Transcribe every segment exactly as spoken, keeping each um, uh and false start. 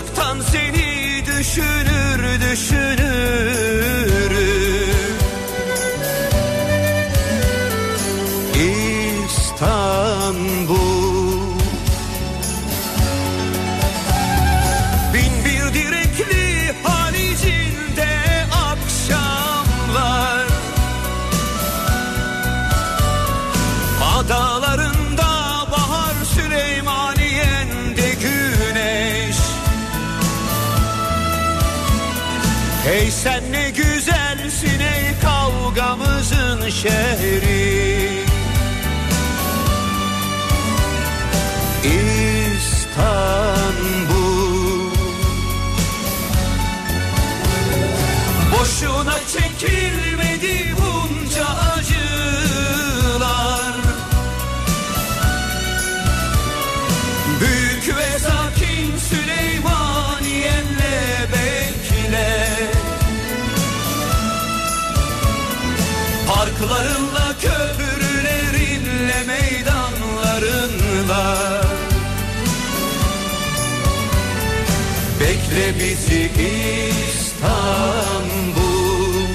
uzaktan seni düşünür düşünürüm. İstanbul, bin bir direkli halicinde akşamlar, adalarında bahar, Süleymaniye'nde güneş. Hey sen ne güzelsin ey kavgamızın şehri. İstanbul, boşuna çekilmedi bunca acılar. Büyük ve sakin Süleymaniye'nle bekle. Parklarınla, köprülerinle, meydanlarınla bekle bizi İstanbul.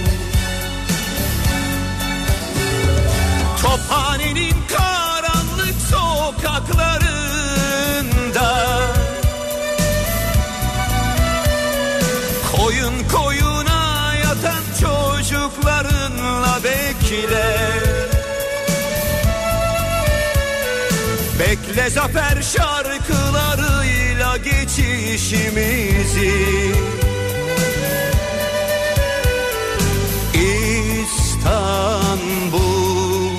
Tophane'nin karanlık sokaklarında koyun koyuna yatan çocuklarınla bekle. Bekle zafer şarkılarıyla geçişimizi. İstanbul,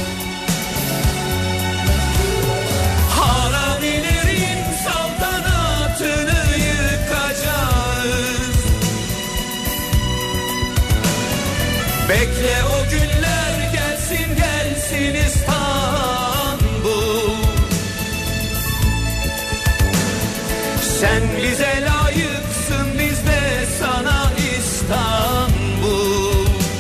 haramilerin saltanatını yıkacağız. Bekle o günler gelsin gelsin İstanbul. Sen bize layıksın, biz de sana İstanbul.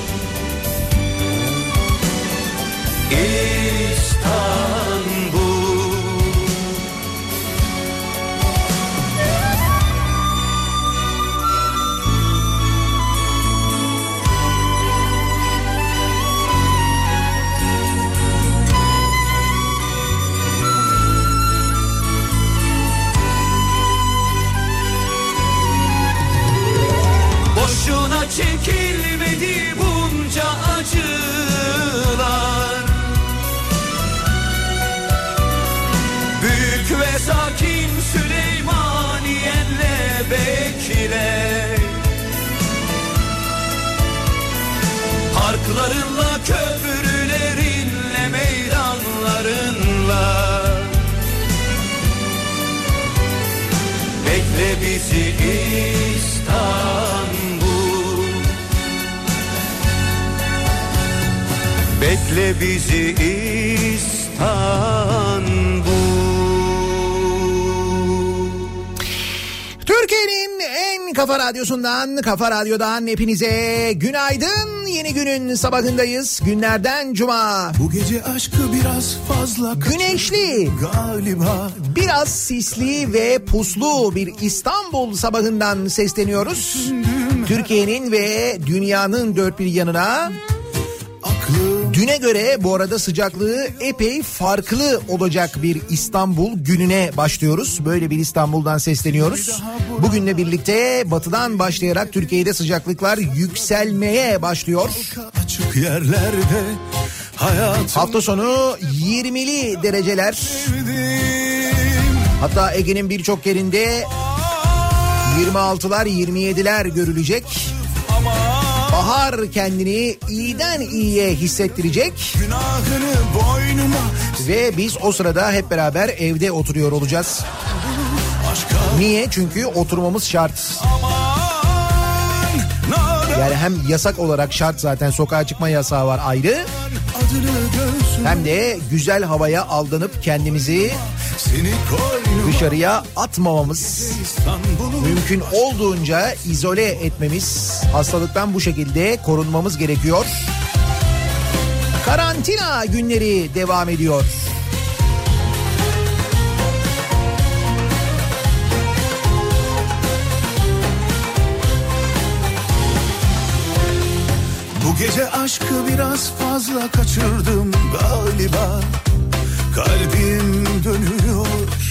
İstanbul, boşuna çekilmedi bunca acılar. Büyük ve sakin Süleymaniye'nle bekle. Parklarınla, köprülerinle, meydanlarınla bekle bizi İstanbul. Bekle bizi İstanbul. Türkiye'nin en kafa radyosundan, Kafa Radyo'dan hepinize günaydın. Yeni günün sabahındayız. Günlerden cuma. Bu gece aşkı biraz fazla güneşli, galiba biraz sisli ve puslu bir İstanbul sabahından sesleniyoruz. Türkiye'nin ve dünyanın dört bir yanına. Düne göre bu arada sıcaklığı epey farklı olacak bir İstanbul gününe başlıyoruz. Böyle bir İstanbul'dan sesleniyoruz. Bugünle birlikte batıdan başlayarak Türkiye'de sıcaklıklar yükselmeye başlıyor. Açık yerlerde hafta sonu yirmili dereceler. Hatta Ege'nin birçok yerinde yirmi altılar yirmi yediler görülecek. Bahar kendini iyiden iyiye hissettirecek. Ve biz o sırada hep beraber evde oturuyor olacağız. Niye? Çünkü oturmamız şart. Yani hem yasak olarak şart, zaten sokağa çıkma yasağı var ayrı. Hem de güzel havaya aldanıp kendimizi dışarıya atmamamız, mümkün olduğunca izole etmemiz, hastalıktan bu şekilde korunmamız gerekiyor. Karantina günleri devam ediyor. Bu gece aşkı biraz fazla kaçırdım galiba. Kalbim dönüyor.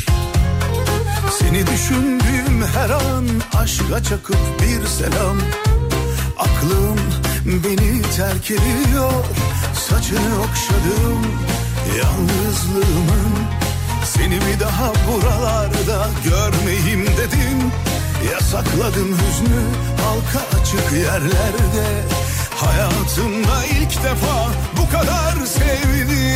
Seni düşündüğüm her an aşka çakıp bir selam. Aklım beni terk ediyor. Saçını okşadım yalnızlığımın. Seni bir daha buralarda görmeyeyim dedim. Yasakladım hüznü halka açık yerlerde. Hayatımda ilk defa bu kadar sevdim.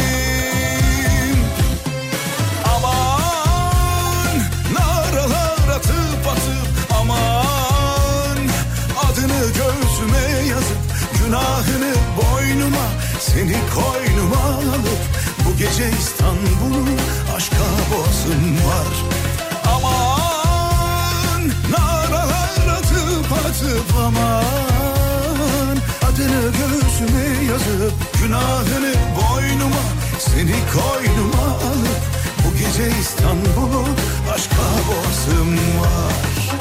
Aman naralar atıp atıp aman adını göğsüme yazıp günahını boynuma seni koynuma alıp bu gece İstanbul'u aşka boğazım var. Aman naralar atıp atıp aman adını göğsüme yazıp günahını boynuma seni koynuma alıp bu gece İstanbul'u aşka boğazım var.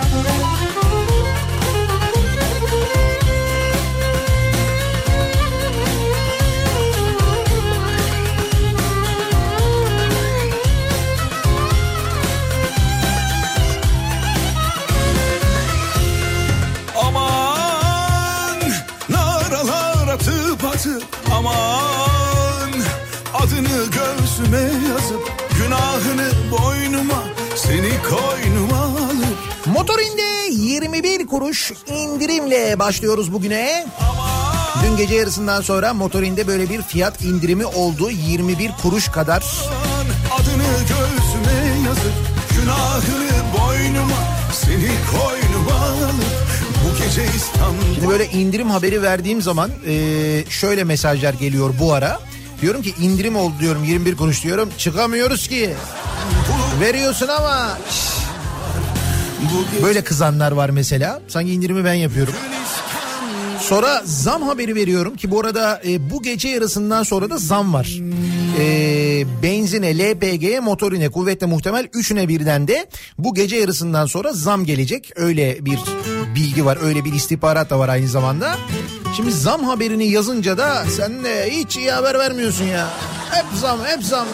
Aman adını göğsüme yazıp günahını boynuma seni koynuma alıp. Motorinde yirmi bir kuruş indirimle başlıyoruz bugüne. Aman. Dün gece yarısından sonra Motorinde böyle bir fiyat indirimi oldu, yirmi bir kuruş kadar. Adını göğsüme yazıp günahını boynuma seni koynuma alıp. Şimdi böyle indirim haberi verdiğim zaman e, şöyle mesajlar geliyor bu ara. Diyorum ki indirim oldu diyorum, yirmi bir kuruş diyorum. Çıkamıyoruz ki. Veriyorsun ama. Böyle kızanlar var mesela. Sanki indirimi ben yapıyorum. Sonra zam haberi veriyorum ki bu arada e, bu gece yarısından sonra da zam var. E, benzine, L P G'ye, motorine kuvvetle muhtemel üçüne birden de bu gece yarısından sonra zam gelecek. Öyle bir bilgi var, öyle bir istihbarat da var aynı zamanda. Şimdi zam haberini yazınca da sen de hiç iyi haber vermiyorsun ya. Hep zam, hep zam.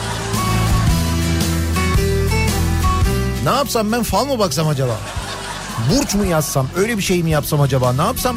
Ne yapsam ben, fal mı baksam acaba? Burç mu yazsam, öyle bir şey mi yapsam acaba, ne yapsam?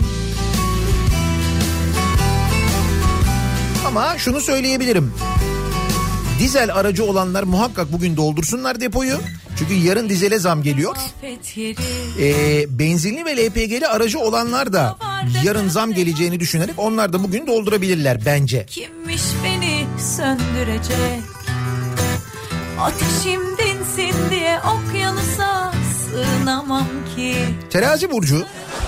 Ama şunu söyleyebilirim. Dizel aracı olanlar muhakkak bugün doldursunlar depoyu. Çünkü yarın dizele zam geliyor. Ee, benzinli ve L P G'li aracı olanlar da yarın zam geleceğini düşünerek onlar da bugün doldurabilirler bence. Kimmiş beni söndürecek? Ateşim dinsin diye okyanusa sığınamam ki. Terazi burcu.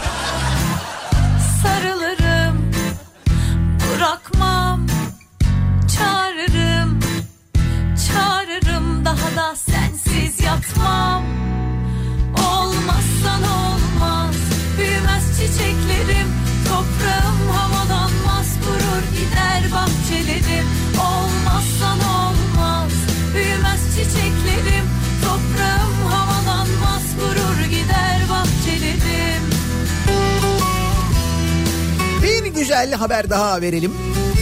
Sarılırım, bırakmam, çağırırım, çağırırım, daha da sensiz yatmam. Olmazsan olmaz, büyümez çiçeklerim, toprağım havalanmaz, kurur gider bahçelerim. Olmazsan olmaz, büyümez çiçeklerim, toprağım havalanmaz, kurur gider bahçelerim. Bir güzel haber daha verelim.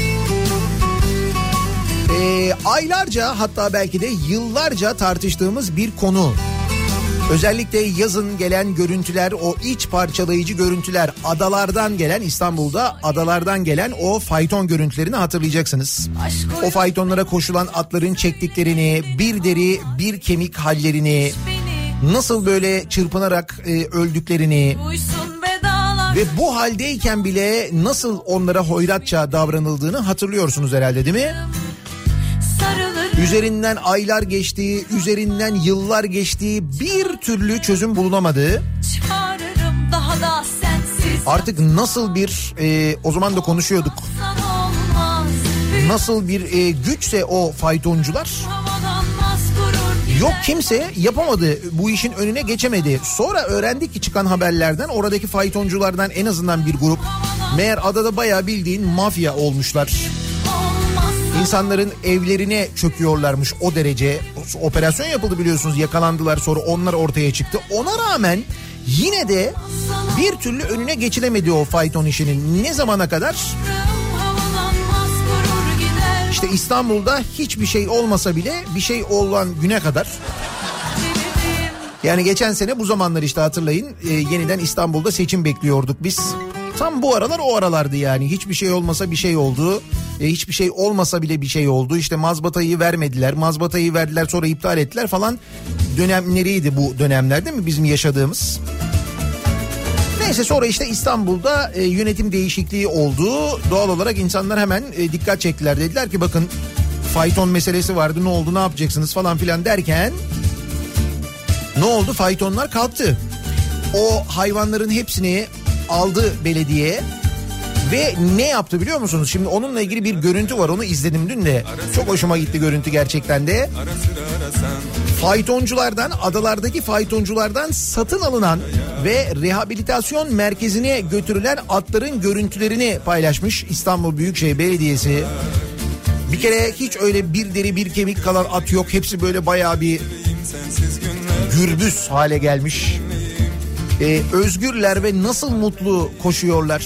Ee, aylarca, hatta belki de yıllarca tartıştığımız bir konu. Özellikle yazın gelen görüntüler, o iç parçalayıcı görüntüler, adalardan gelen, İstanbul'da adalardan gelen o fayton görüntülerini hatırlayacaksınız. O faytonlara koşulan atların çektiklerini, bir deri bir kemik hallerini, nasıl böyle çırpınarak e, öldüklerini ve bu haldeyken bile nasıl onlara hoyratça davranıldığını hatırlıyorsunuz herhalde, değil mi? Üzerinden aylar geçtiği, üzerinden yıllar geçtiği, bir türlü çözüm bulunamadığı, artık nasıl bir e, o zaman da konuşuyorduk, nasıl bir e, güçse o faytoncular, yok kimse yapamadı, bu işin önüne geçemedi. Sonra öğrendik ki çıkan haberlerden, oradaki faytonculardan en azından bir grup meğer adada bayağı bildiğin mafya olmuşlar. İnsanların evlerine çöküyorlarmış, o derece. Operasyon yapıldı biliyorsunuz, yakalandılar, sonra onlar ortaya çıktı. Ona rağmen Yine de bir türlü önüne geçilemedi o fayton işinin. Ne zamana kadar? İşte İstanbul'da hiçbir şey olmasa bile bir şey olan güne kadar. Yani geçen sene bu zamanlar işte hatırlayın, e, yeniden İstanbul'da seçim bekliyorduk biz. Tam bu aralar o aralardı yani. Hiçbir şey olmasa bir şey oldu. E, hiçbir şey olmasa bile bir şey oldu. İşte mazbatayı vermediler. Mazbatayı verdiler, sonra iptal ettiler falan. Dönemleriydi bu dönemler, değil mi bizim yaşadığımız? Neyse, sonra işte İstanbul'da e, yönetim değişikliği oldu. Doğal olarak insanlar hemen e, dikkat çektiler. Dediler ki bakın, fayton meselesi vardı, ne oldu, ne yapacaksınız falan filan derken ne oldu? Faytonlar kalktı. O hayvanların hepsini aldı belediye ve ne yaptı biliyor musunuz? Şimdi onunla ilgili bir görüntü var, onu izledim dün de. Çok hoşuma gitti görüntü gerçekten de. Faytonculardan, adalardaki faytonculardan satın alınan ve rehabilitasyon merkezine götürülen atların görüntülerini paylaşmış İstanbul Büyükşehir Belediyesi. Bir kere hiç öyle bir deri bir kemik kalan at yok. Hepsi böyle bayağı bir gürbüz hale gelmiş. Ee, özgürler ve nasıl mutlu koşuyorlar.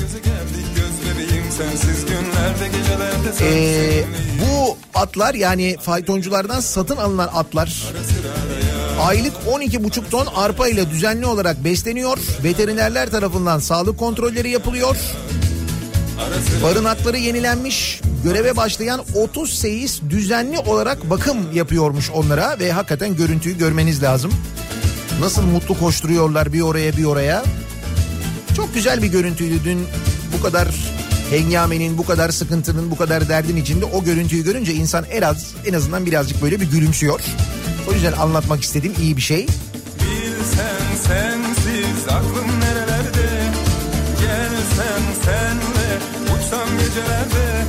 Ee, bu atlar, yani faytonculardan satın alınan atlar aylık on iki buçuk ton arpa ile düzenli olarak besleniyor. Veterinerler tarafından sağlık kontrolleri yapılıyor. Barınakları yenilenmiş. Göreve başlayan otuz seyis düzenli olarak bakım yapıyormuş onlara ve hakikaten görüntüyü görmeniz lazım. Nasıl mutlu koşturuyorlar bir oraya bir oraya. Çok güzel bir görüntüydü dün. Bu kadar hengamenin, bu kadar sıkıntının, bu kadar derdin içinde o görüntüyü görünce insan en az, en azından birazcık böyle bir gülümsüyor. O yüzden anlatmak istediğim iyi bir şey. Bilsen sensiz aklım nerelerde, gelsem senle uçsam gecelerde,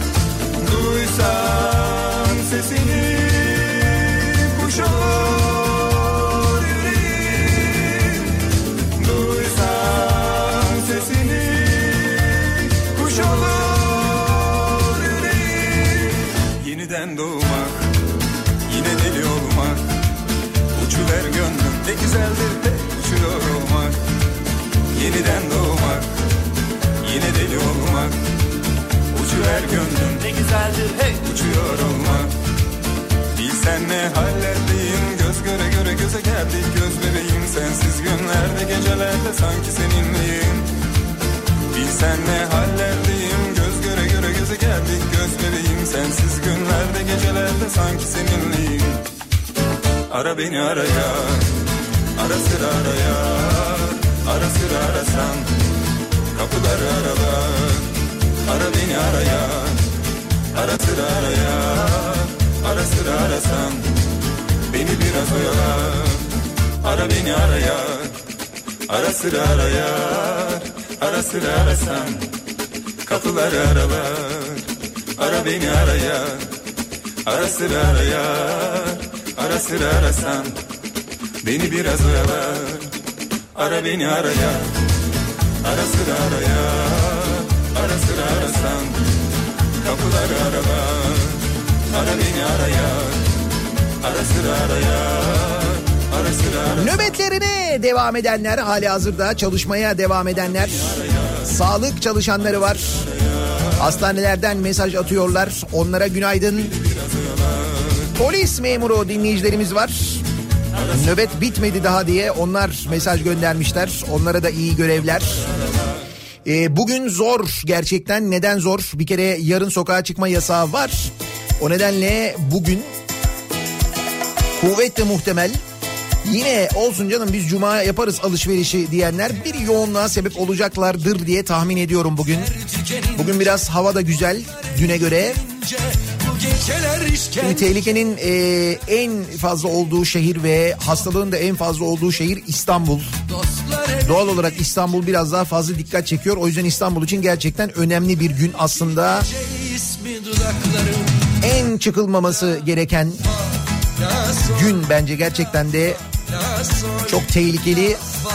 duysam sesini kuş olur yüreğim, duysam sesini kuş olur yüreğim. Yeniden doğmak, yine deli olmak, uçuver gönlüm ne güzeldir de uçuyor olmak. Yeniden doğmak, yine deli olmak, uçuver gönlüm ne güzeldir hey uçuyor olmak. Bilsen ne hallerdeyim, göz göre göre göze geldik göz bebeğim. Sensiz günlerde gecelerde sanki seninleyim. Bilsen ne hallerdeyim, göz göre göre göze geldik göz bebeğim. Sensiz günlerde gecelerde sanki seninleyim. Ara beni araya, ara sıra araya, ara sıra arasan, kapıları aralar. Ara beni araya, ara sıra araya, ara sıra arasan, beni biraz oyala. Ara beni araya, ara sıra araya, ara sıra arasan, kapıları aralar. Ara beni araya, ara sıra araya, ara sıra arasan, beni biraz oyala. Ara beni araya, ara sıra araya, ara sıra arasan, kapıları aralar. Ara beni araya, ara sıra araya, ara sıra arasan. Nöbetlerine devam edenler, hali hazırda çalışmaya devam edenler, sağlık çalışanları var. Hastanelerden mesaj atıyorlar. Onlara günaydın. Polis memuru dinleyicilerimiz var. Nöbet bitmedi daha diye onlar mesaj göndermişler. Onlara da iyi görevler. Ee, bugün zor gerçekten. Neden zor? Bir kere yarın sokağa çıkma yasağı var. O nedenle bugün kuvvetle muhtemel yine olsun canım biz cuma yaparız alışverişi diyenler bir yoğunluğa sebep olacaklardır diye tahmin ediyorum bugün. Bugün biraz hava da güzel düne göre. Şimdi tehlikenin e, en fazla olduğu şehir ve hastalığın da en fazla olduğu şehir İstanbul. Doğal olarak İstanbul biraz daha fazla dikkat çekiyor. O yüzden İstanbul için gerçekten önemli bir gün aslında. En çıkılmaması gereken gün bence gerçekten de çok tehlikeli.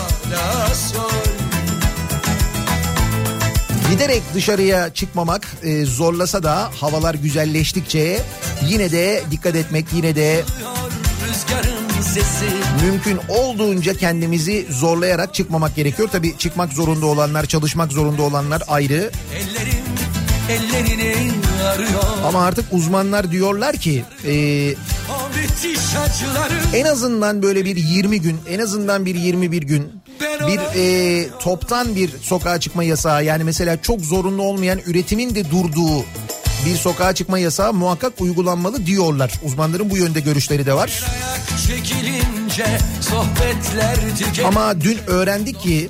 Giderek dışarıya çıkmamak e, zorlasa da havalar güzelleştikçe yine de dikkat etmek, yine de sesi. Mümkün olduğunca kendimizi zorlayarak çıkmamak gerekiyor. Tabii çıkmak zorunda olanlar, çalışmak zorunda olanlar ayrı. Ellerim ellerini arıyor. Ama artık uzmanlar diyorlar ki e, O müthiş acılarım. en azından böyle bir yirmi gün, en azından bir yirmi bir gün bir e, toptan bir sokağa çıkma yasağı, yani mesela çok zorunlu olmayan üretimin de durduğu bir sokağa çıkma yasağı muhakkak uygulanmalı diyorlar. Uzmanların bu yönde görüşleri de var. Çekilince sohbetler tükenince. Ama dün öğrendik ki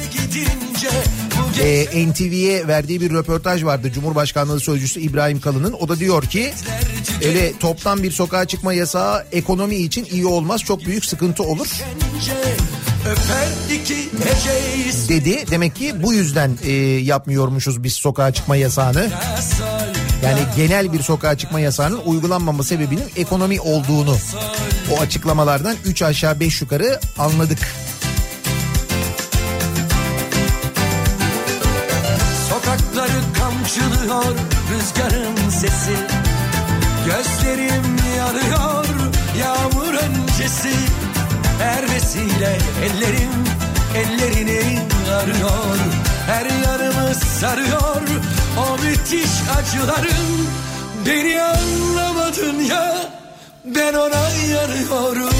e, N T V'ye verdiği bir röportaj vardı. Cumhurbaşkanlığı Sözcüsü İbrahim Kalın'ın. O da diyor ki öyle toptan bir sokağa çıkma yasağı ekonomi için iyi olmaz. Çok büyük sıkıntı olur dedi. Demek ki bu yüzden e, yapmıyormuşuz biz sokağa çıkma yasağını. Yani genel bir sokağa çıkma yasağının uygulanmama sebebinin ekonomi olduğunu o açıklamalardan üç aşağı beş yukarı anladık. Sokakları kamçılıyor rüzgarın sesi. Gözlerim yanıyor yağmur öncesi. Her vesile ellerim ellerini arıyor. Her yanımı sarıyor o müthiş acıların. Beni anlamadın ya, ben ona yanıyorum.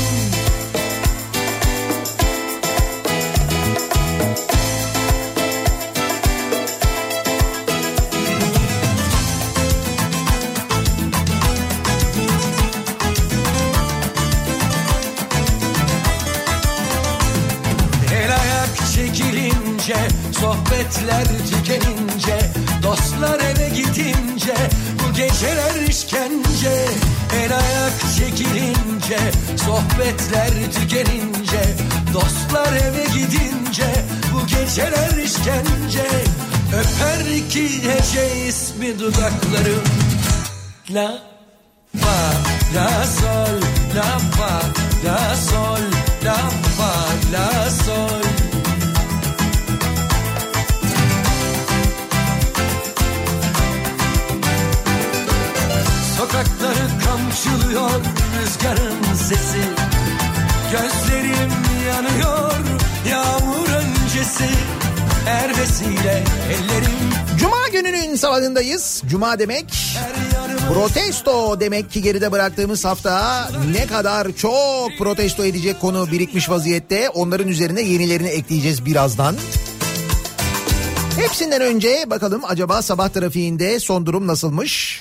Sohbetler tükenince, dostlar eve gidince, bu geceler işkence. El ayak çekilince, sohbetler tükenince, dostlar eve gidince, bu geceler işkence. Öper iki hece ismi dudaklarım. La fa la sol, la fa la sol, la fa la sol. Sokakları kamçılıyor rüzgarın sesi. Gözlerim yanıyor yağmur öncesi. Her vesile ellerim. Cuma gününün sabahındayız. Cuma demek protesto demek ki geride bıraktığımız hafta ne kadar çok protesto edecek konu birikmiş vaziyette. Onların üzerine yenilerini ekleyeceğiz birazdan. Hepsinden önce bakalım acaba sabah trafiğinde son durum nasılmış?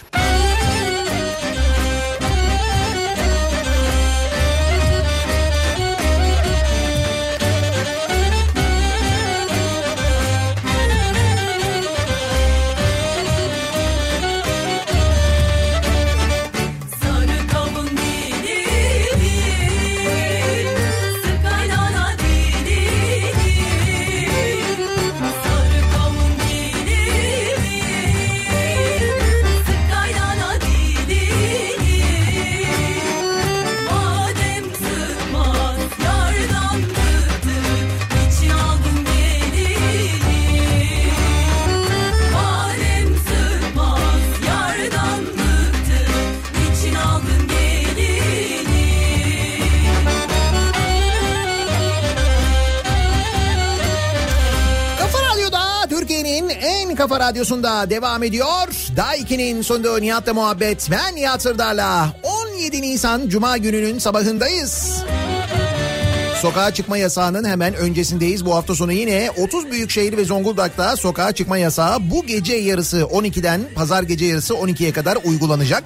Kafa Radyosu'nda devam ediyor. Daha ikinin sonunda Nihat'la muhabbet. Ben Nihat Sırdar'la on yedi Nisan Cuma gününün sabahındayız. Sokağa çıkma yasağının hemen öncesindeyiz. Bu hafta sonu yine otuz büyükşehir ve Zonguldak'ta sokağa çıkma yasağı bu gece yarısı on ikiden pazar gece yarısı on ikiye kadar uygulanacak.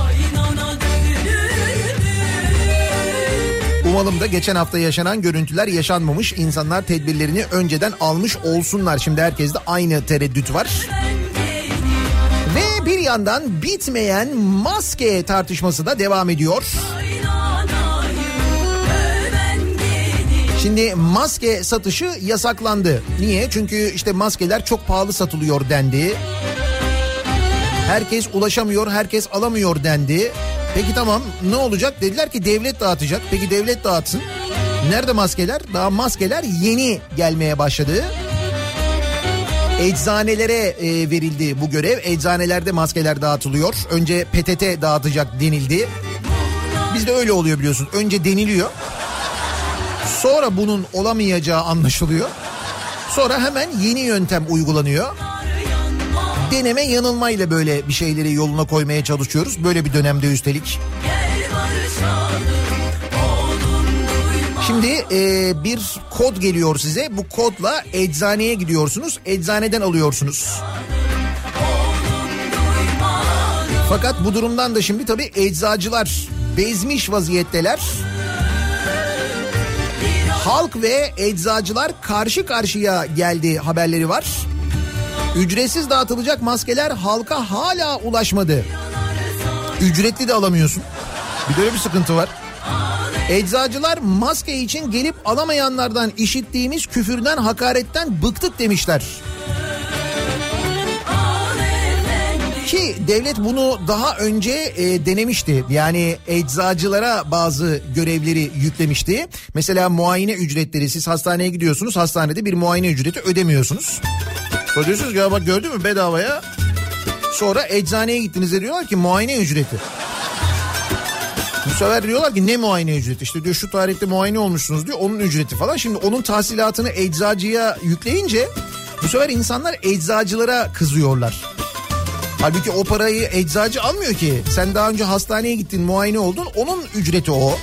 Umalım da geçen hafta yaşanan görüntüler yaşanmamış. İnsanlar tedbirlerini önceden almış olsunlar. Şimdi herkeste aynı tereddüt var. Ve bir yandan bitmeyen maske tartışması da devam ediyor. Şimdi maske satışı yasaklandı. Niye? Çünkü işte maskeler çok pahalı satılıyor dendi. Herkes ulaşamıyor, herkes alamıyor dendi. Peki tamam, ne olacak? Dediler ki devlet dağıtacak. Peki devlet dağıtsın. Nerede maskeler? Daha maskeler yeni gelmeye başladı. Eczanelere e, verildi bu görev. Eczanelerde maskeler dağıtılıyor. Önce P T T dağıtacak denildi. Bizde öyle oluyor biliyorsun. Önce deniliyor. Sonra bunun olamayacağı anlaşılıyor. Sonra hemen yeni yöntem uygulanıyor. Deneme yanılmayla böyle bir şeyleri yoluna koymaya çalışıyoruz. Böyle bir dönemde üstelik. Şimdi e, bir kod geliyor size. Bu kodla eczaneye gidiyorsunuz. Eczaneden alıyorsunuz. Fakat bu durumdan da şimdi tabii eczacılar bezmiş vaziyetteler. Halk ve eczacılar karşı karşıya geldi haberleri var. Ücretsiz dağıtılacak maskeler halka hala ulaşmadı. Ücretli de alamıyorsun. Bir de öyle bir sıkıntı var. Eczacılar maske için gelip alamayanlardan işittiğimiz küfürden, hakaretten bıktık demişler. Ki devlet bunu daha önce e, denemişti. Yani eczacılara bazı görevleri yüklemişti. Mesela muayene ücretleri, siz hastaneye gidiyorsunuz, hastanede bir muayene ücreti ödemiyorsunuz. Sonra diyorsunuz ya bak gördün mü bedavaya. Sonra eczaneye gittiğinizde diyorlar ki muayene ücreti. Bu sefer diyorlar ki ne muayene ücreti, işte diyor şu tarihte muayene olmuşsunuz diyor, onun ücreti falan. Şimdi onun tahsilatını eczacıya yükleyince bu sefer insanlar eczacılara kızıyorlar. Halbuki o parayı eczacı almıyor ki. Sen daha önce hastaneye gittin, muayene oldun, onun ücreti o.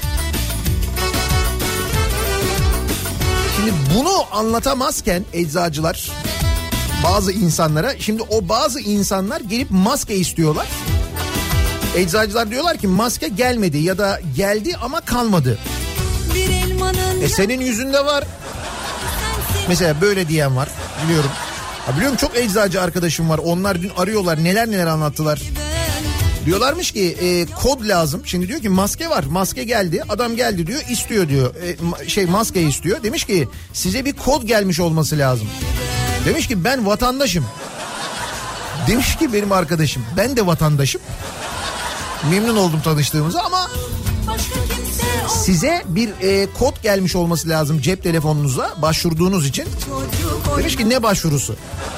Şimdi bunu anlatamazken eczacılar bazı insanlara, şimdi o bazı insanlar gelip maske istiyorlar. Eczacılar diyorlar ki maske gelmedi ya da geldi ama kalmadı. E senin yüzünde var. Mesela böyle diyen var, biliyorum. Ha biliyorum, çok eczacı arkadaşım var. Onlar dün arıyorlar, neler neler anlattılar. Diyorlarmış ki e, kod lazım. Şimdi diyor ki maske var, maske geldi. Adam geldi diyor, istiyor diyor. E, şey maske istiyor. Demiş ki size bir kod gelmiş olması lazım. Demiş ki ben vatandaşım. Demiş ki benim arkadaşım ben de vatandaşım. Memnun oldum tanıştığımıza ama size bir e, kod gelmiş olması lazım cep telefonunuza başvurduğunuz için. Demiş ki ne başvurusu?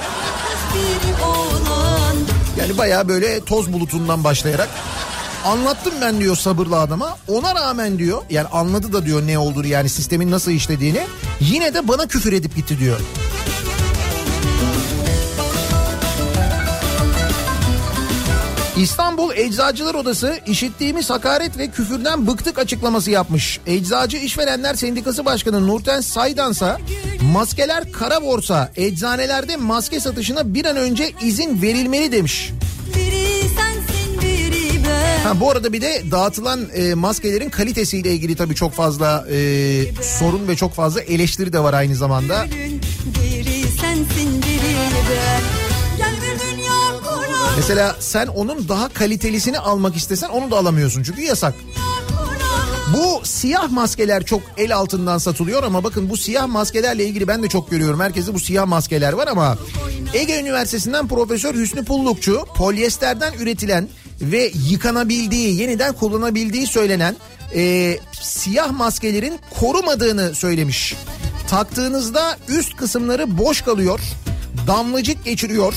Yani bayağı böyle toz bulutundan başlayarak anlattım ben diyor sabırlı adama. Ona rağmen diyor, yani anladı da diyor ne olduğunu, yani sistemin nasıl işlediğini, yine de bana küfür edip gitti diyor. İstanbul Eczacılar Odası işittiğimiz hakaret ve küfürden bıktık açıklaması yapmış. Eczacı İşverenler Sendikası Başkanı Nurten Saydansa maskeler kara borsa, eczanelerde maske satışına bir an önce izin verilmeli demiş. Ha, bu arada bir de dağıtılan e, maskelerin kalitesiyle ilgili tabii çok fazla e, sorun ve çok fazla eleştiri de var aynı zamanda. Mesela sen onun daha kalitelisini almak istesen onu da alamıyorsun çünkü yasak. Bu siyah maskeler çok el altından satılıyor ama bakın bu siyah maskelerle ilgili ben de çok görüyorum. Herkeste bu siyah maskeler var ama Ege Üniversitesi'nden Profesör Hüsnü Pullukçu polyesterden üretilen ve yıkanabildiği, yeniden kullanabildiği söylenen e, siyah maskelerin korumadığını söylemiş. Taktığınızda üst kısımları boş kalıyor, damlacık geçiriyor.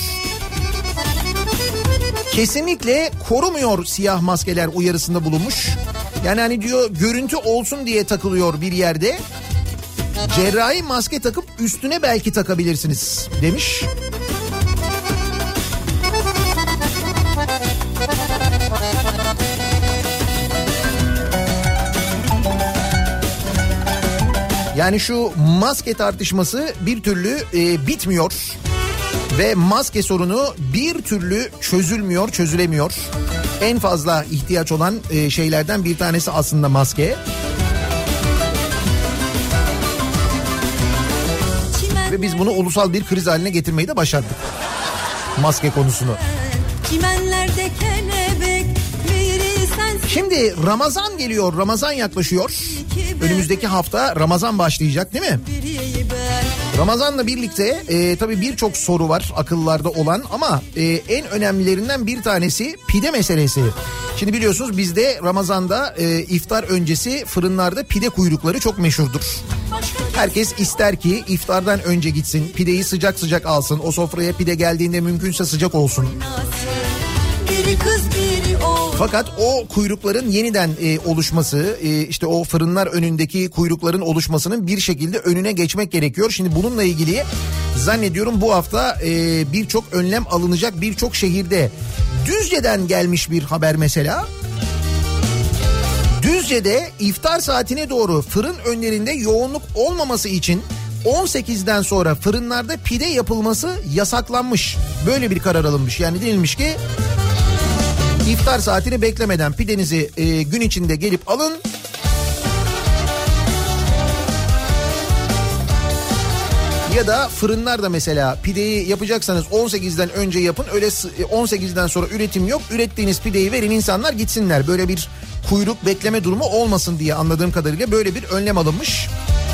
Kesinlikle korumuyor siyah maskeler uyarısında bulunmuş. Yani hani diyor görüntü olsun diye takılıyor bir yerde. Cerrahi maske takıp üstüne belki takabilirsiniz demiş. Yani şu maske tartışması bir türlü e, bitmiyor. Ve maske sorunu bir türlü çözülmüyor, çözülemiyor. En fazla ihtiyaç olan e, şeylerden bir tanesi aslında maske. Ve biz bunu ulusal bir kriz haline getirmeyi de başardık. Maske konusunu. Şimdi Ramazan geliyor, Ramazan yaklaşıyor. Önümüzdeki hafta Ramazan başlayacak değil mi? Ramazan'la birlikte e, tabii birçok soru var akıllarda olan ama e, en önemlilerinden bir tanesi pide meselesi. Şimdi biliyorsunuz bizde Ramazan'da e, iftar öncesi fırınlarda pide kuyrukları çok meşhurdur. Herkes ister ki iftardan önce gitsin, pideyi sıcak sıcak alsın, o sofraya pide geldiğinde mümkünse sıcak olsun. biri kız biri oğlan. Fakat o kuyrukların yeniden e, oluşması, e, işte o fırınlar önündeki kuyrukların oluşmasının bir şekilde önüne geçmek gerekiyor. Şimdi bununla ilgili zannediyorum bu hafta e, birçok önlem alınacak birçok şehirde. Düzce'den gelmiş bir haber mesela. Düzce'de iftar saatine doğru fırın önlerinde yoğunluk olmaması için on sekizden sonra fırınlarda pide yapılması yasaklanmış. Böyle bir karar alınmış. Yani denilmiş ki iftar saatini beklemeden pidenizi e, gün içinde gelip alın. Ya da fırınlarda mesela pideyi yapacaksanız on sekizden önce yapın. Öyle on sekizden sonra üretim yok. Ürettiğiniz pideyi verin, insanlar gitsinler. Böyle bir kuyruk bekleme durumu olmasın diye anladığım kadarıyla böyle bir önlem alınmış.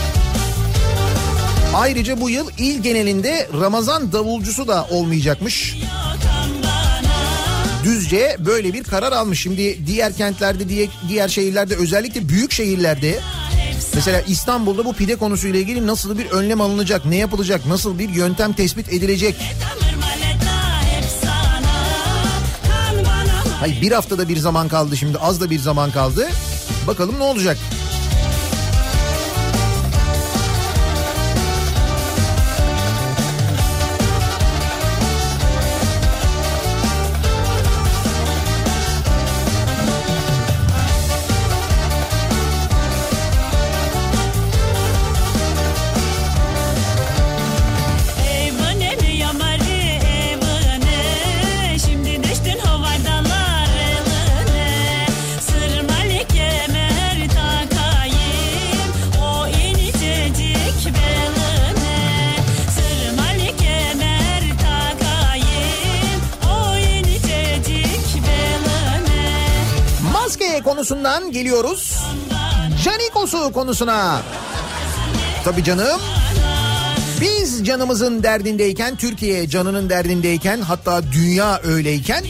Ayrıca bu yıl il genelinde Ramazan davulcusu da olmayacakmış. Düzce böyle bir karar almış. Şimdi diğer kentlerde, diğer, diğer şehirlerde, özellikle büyük şehirlerde, mesela İstanbul'da bu pide konusuyla ilgili nasıl bir önlem alınacak, ne yapılacak, nasıl bir yöntem tespit edilecek? Hayır, bir haftada bir zaman kaldı şimdi, az da bir zaman kaldı. Bakalım ne olacak? Konusundan geliyoruz Canikos'u konusuna. Tabii canım, biz canımızın derdindeyken, Türkiye canının derdindeyken, hatta dünya öyleyken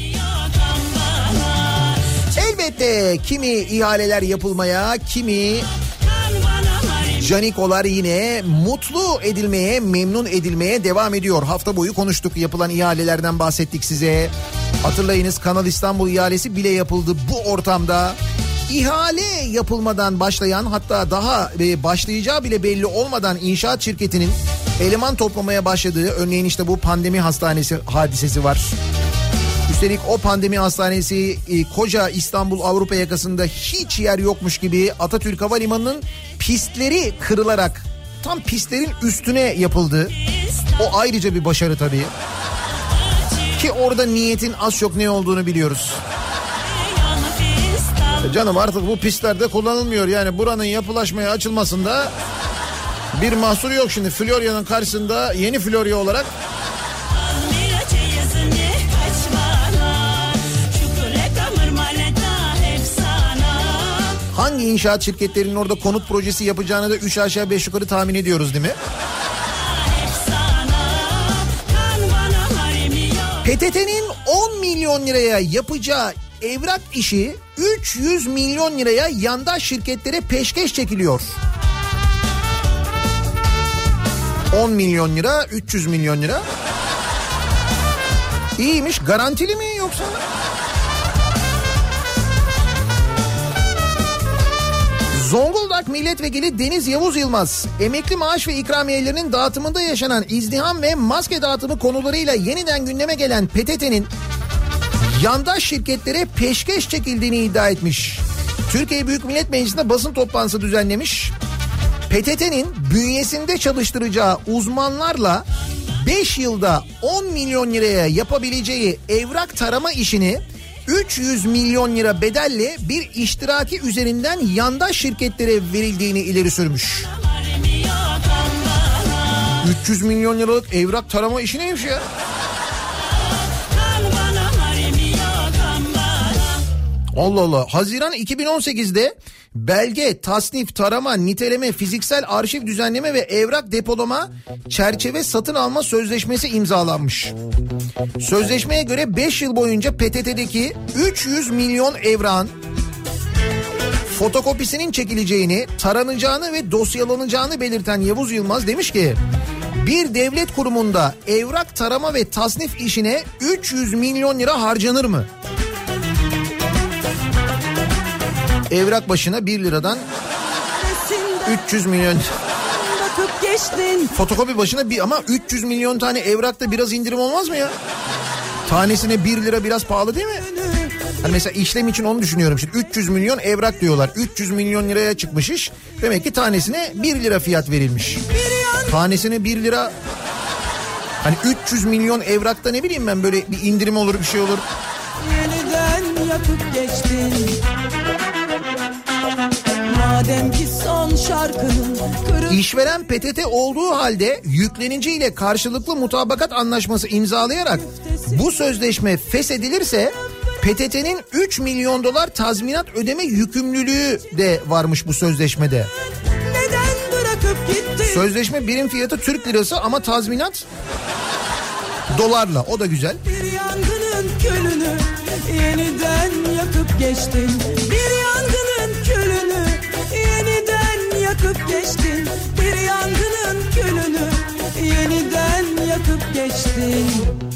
elbette kimi ihaleler yapılmaya, kimi Canikolar yine mutlu edilmeye, memnun edilmeye devam ediyor. Hafta boyu konuştuk, yapılan ihalelerden bahsettik size. Hatırlayınız, Kanal İstanbul ihalesi bile yapıldı. Bu ortamda ihale yapılmadan başlayan, hatta daha başlayacağı bile belli olmadan inşaat şirketinin eleman toplamaya başladığı, örneğin işte bu pandemi hastanesi hadisesi var. Üstelik o pandemi hastanesi koca İstanbul Avrupa yakasında hiç yer yokmuş gibi Atatürk Havalimanı'nın pistleri kırılarak tam pistlerin üstüne yapıldı. O ayrıca bir başarı tabii. Ki orada niyetin az çok ne olduğunu biliyoruz. Canım artık bu pistlerde kullanılmıyor. Yani buranın yapılaşmaya açılmasında bir mahsur yok şimdi. Florya'nın karşısında yeni Florya olarak hangi inşaat şirketlerinin orada konut projesi yapacağını da üç aşağı beş yukarı tahmin ediyoruz değil mi? P T T'nin on milyon liraya yapacağı evrak işi üç yüz milyon liraya yandaş şirketlere peşkeş çekiliyor. on milyon lira, üç yüz milyon lira. İyiymiş, garantili mi yoksa? Zonguldak Milletvekili Deniz Yavuz Yılmaz, emekli maaş ve ikramiyelerinin dağıtımında yaşanan izdiham ve maske dağıtımı konularıyla yeniden gündeme gelen P T T'nin yandaş şirketlere peşkeş çekildiğini iddia etmiş. Türkiye Büyük Millet Meclisi'nde basın toplantısı düzenlemiş. P T T'nin bünyesinde çalıştıracağı uzmanlarla beş yılda on milyon liraya yapabileceği evrak tarama işini üç yüz milyon lira bedelle bir iştiraki üzerinden yandaş şirketlere verildiğini ileri sürmüş. üç yüz milyon liralık evrak tarama işi neymiş ya? Allah Allah. Haziran iki bin on sekizde belge, tasnif, tarama, niteleme, fiziksel arşiv düzenleme ve evrak depolama çerçeve satın alma sözleşmesi imzalanmış. Sözleşmeye göre beş yıl boyunca P T T'deki üç yüz milyon evrağın fotokopisinin çekileceğini, taranacağını ve dosyalanacağını belirten Yavuz Yılmaz demiş ki bir devlet kurumunda evrak tarama ve tasnif işine üç yüz milyon lira harcanır mı? Evrak başına bir liradan üç yüz milyon. Fotokopi başına bir ama üç yüz milyon tane evrakta biraz indirim olmaz mı ya? Tanesine bir lira biraz pahalı değil mi? Hani mesela işlem için onu düşünüyorum. Şimdi üç yüz milyon evrak diyorlar. üç yüz milyon liraya çıkmış iş. Demek ki tanesine bir lira fiyat verilmiş. Tanesine bir lira. Hani üç yüz milyon evrakta ne bileyim ben böyle bir indirim olur bir şey olur. Yeniden yakıp geçtin. Madem ki son şarkının kırık... İşveren P T T olduğu halde yükleniciyle karşılıklı mutabakat anlaşması imzalayarak bu sözleşme feshedilirse P T T'nin üç milyon dolar tazminat ödeme yükümlülüğü de varmış bu sözleşmede. Neden bırakıp gittin? Sözleşme birim fiyatı Türk lirası ama tazminat dolarla, o da güzel. Bir yangının külünü yeniden yakıp geçtin. Bir yangının külünü yeniden yakıp geçtin. Bir yangının külünü yeniden yakıp geçtin.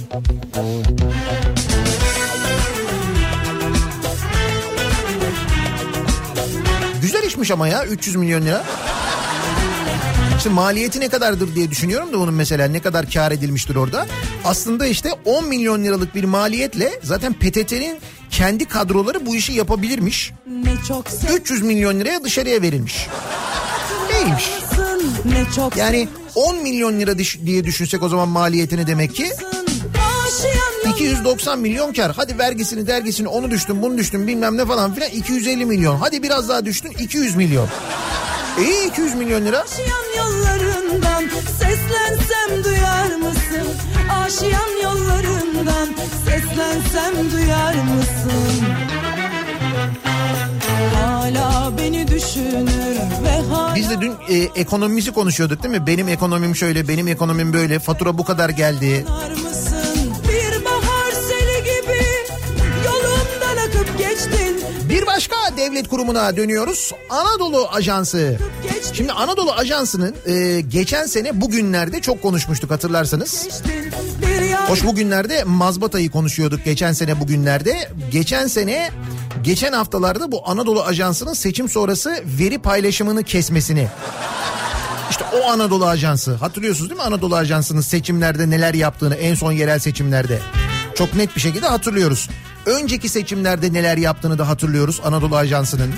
Güzel işmiş ama ya üç yüz milyon lira. İşte maliyeti ne kadardır diye düşünüyorum da bunun mesela ne kadar kar edilmiştir orada. Aslında işte on milyon liralık bir maliyetle zaten P T T'nin kendi kadroları bu işi yapabilirmiş. üç yüz milyon liraya dışarıya verilmiş. Neymiş? Yani on milyon lira diye düşünsek o zaman maliyetini demek ki iki yüz doksan milyon kar. Hadi vergisini dergisini onu düştün bunu düştün bilmem ne falan filan iki yüz elli milyon. Hadi biraz daha düştün iki yüz milyon. İyi iki yüz milyon lira. Aşiyan yollarından seslensem duyar mısın? Aşiyan yollarından seslensem duyar mısın? Hala beni düşünür ve hala... Biz de dün e, ekonomimizi konuşuyorduk değil mi? Benim ekonomim şöyle, benim ekonomim böyle. Fatura bu kadar geldi. Bir bahar seli gibi yolumdan akıp geçtin. Bir başka devlet kurumuna dönüyoruz. Anadolu Ajansı. Şimdi Anadolu Ajansı'nın e, geçen sene bugünlerde çok konuşmuştuk hatırlarsanız. Hoş bugünlerde mazbatayı konuşuyorduk geçen sene bugünlerde. Geçen sene geçen haftalarda bu Anadolu Ajansı'nın seçim sonrası veri paylaşımını kesmesini. İşte o Anadolu Ajansı, hatırlıyorsunuz değil mi Anadolu Ajansı'nın seçimlerde neler yaptığını, en son yerel seçimlerde. Çok net bir şekilde hatırlıyoruz. Önceki seçimlerde neler yaptığını da hatırlıyoruz Anadolu Ajansı'nın.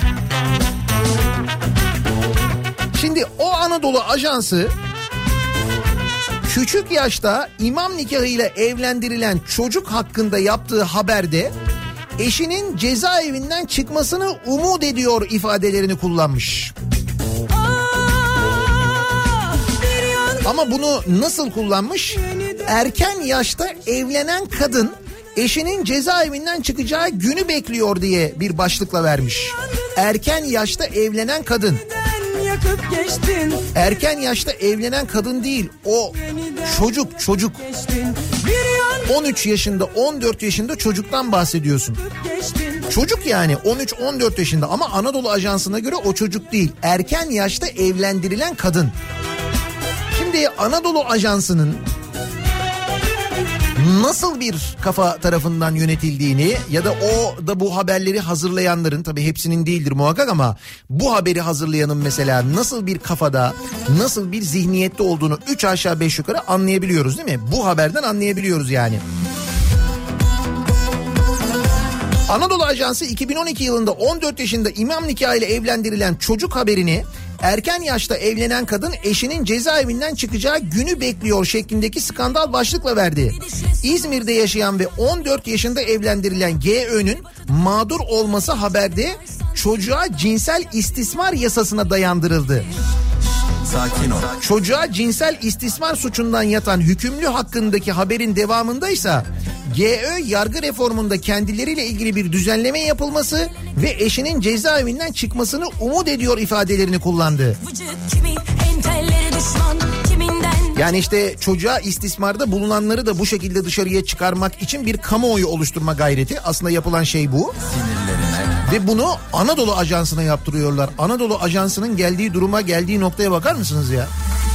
Şimdi o Anadolu Ajansı küçük yaşta imam nikahıyla evlendirilen çocuk hakkında yaptığı haberde eşinin cezaevinden çıkmasını umut ediyor ifadelerini kullanmış. Ama bunu nasıl kullanmış? Erken yaşta evlenen kadın eşinin cezaevinden çıkacağı günü bekliyor diye bir başlıkla vermiş. Erken yaşta evlenen kadın. Erken yaşta evlenen kadın değil, o çocuk çocuk. on üç yaşında on dört yaşında çocuktan bahsediyorsun. Çocuk yani on üç on dört yaşında ama Anadolu Ajansı'na göre o çocuk değil. Erken yaşta evlendirilen kadın. Şimdi Anadolu Ajansı'nın nasıl bir kafa tarafından yönetildiğini ya da o da bu haberleri hazırlayanların, tabii hepsinin değildir muhakkak ama bu haberi hazırlayanın mesela nasıl bir kafada, nasıl bir zihniyette olduğunu üç aşağı beş yukarı anlayabiliyoruz değil mi? Bu haberden anlayabiliyoruz yani. Anadolu Ajansı iki bin on iki yılında on dört yaşında imam nikahıyla evlendirilen çocuk haberini erken yaşta evlenen kadın eşinin cezaevinden çıkacağı günü bekliyor şeklindeki skandal başlıkla verdi. İzmir'de yaşayan ve on dört yaşında evlendirilen G Ö'nün mağdur olması haberde çocuğa cinsel istismar yasasına dayandırıldı. Sakin ol. Çocuğa cinsel istismar suçundan yatan hükümlü hakkındaki haberin devamındaysa G Ö yargı reformunda kendileriyle ilgili bir düzenleme yapılması ve eşinin cezaevinden çıkmasını umut ediyor ifadelerini kullandı. Yani işte çocuğa istismarda bulunanları da bu şekilde dışarıya çıkarmak için bir kamuoyu oluşturma gayreti. Aslında yapılan şey bu. Ve bunu Anadolu Ajansı'na yaptırıyorlar. Anadolu Ajansı'nın geldiği duruma, geldiği noktaya bakar mısınız ya?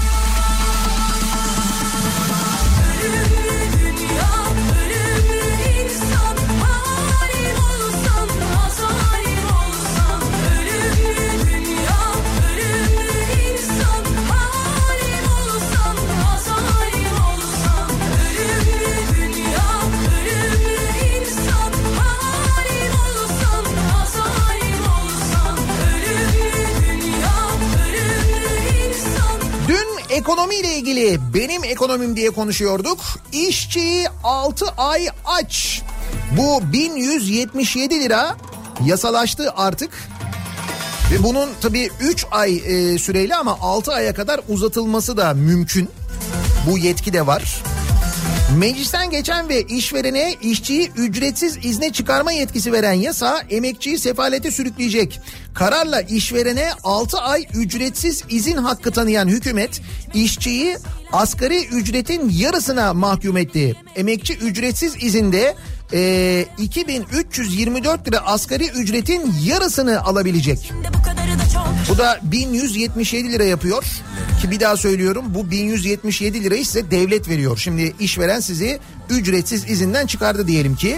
Ekonomiyle ilgili benim ekonomim diye konuşuyorduk. İşçi altı ay aç. Bu bin yüz yetmiş yedi lira yasalaştı artık. Ve bunun tabii üç ay e, süreyle ama altı aya kadar uzatılması da mümkün. Bu yetki de var. Meclisten geçen ve işverene işçiyi ücretsiz izne çıkarma yetkisi veren yasa emekçiyi sefalete sürükleyecek. Kararla işverene altı ay ücretsiz izin hakkı tanıyan hükümet işçiyi asgari ücretin yarısına mahkum etti. Emekçi ücretsiz izinde e, iki bin üç yüz yirmi dört lira asgari ücretin yarısını alabilecek. Bu da bin yüz yetmiş yedi lira yapıyor. Ki bir daha söylüyorum, bu bin yüz yetmiş yedi lirayı size devlet veriyor. Şimdi işveren sizi ücretsiz izinden çıkardı diyelim ki.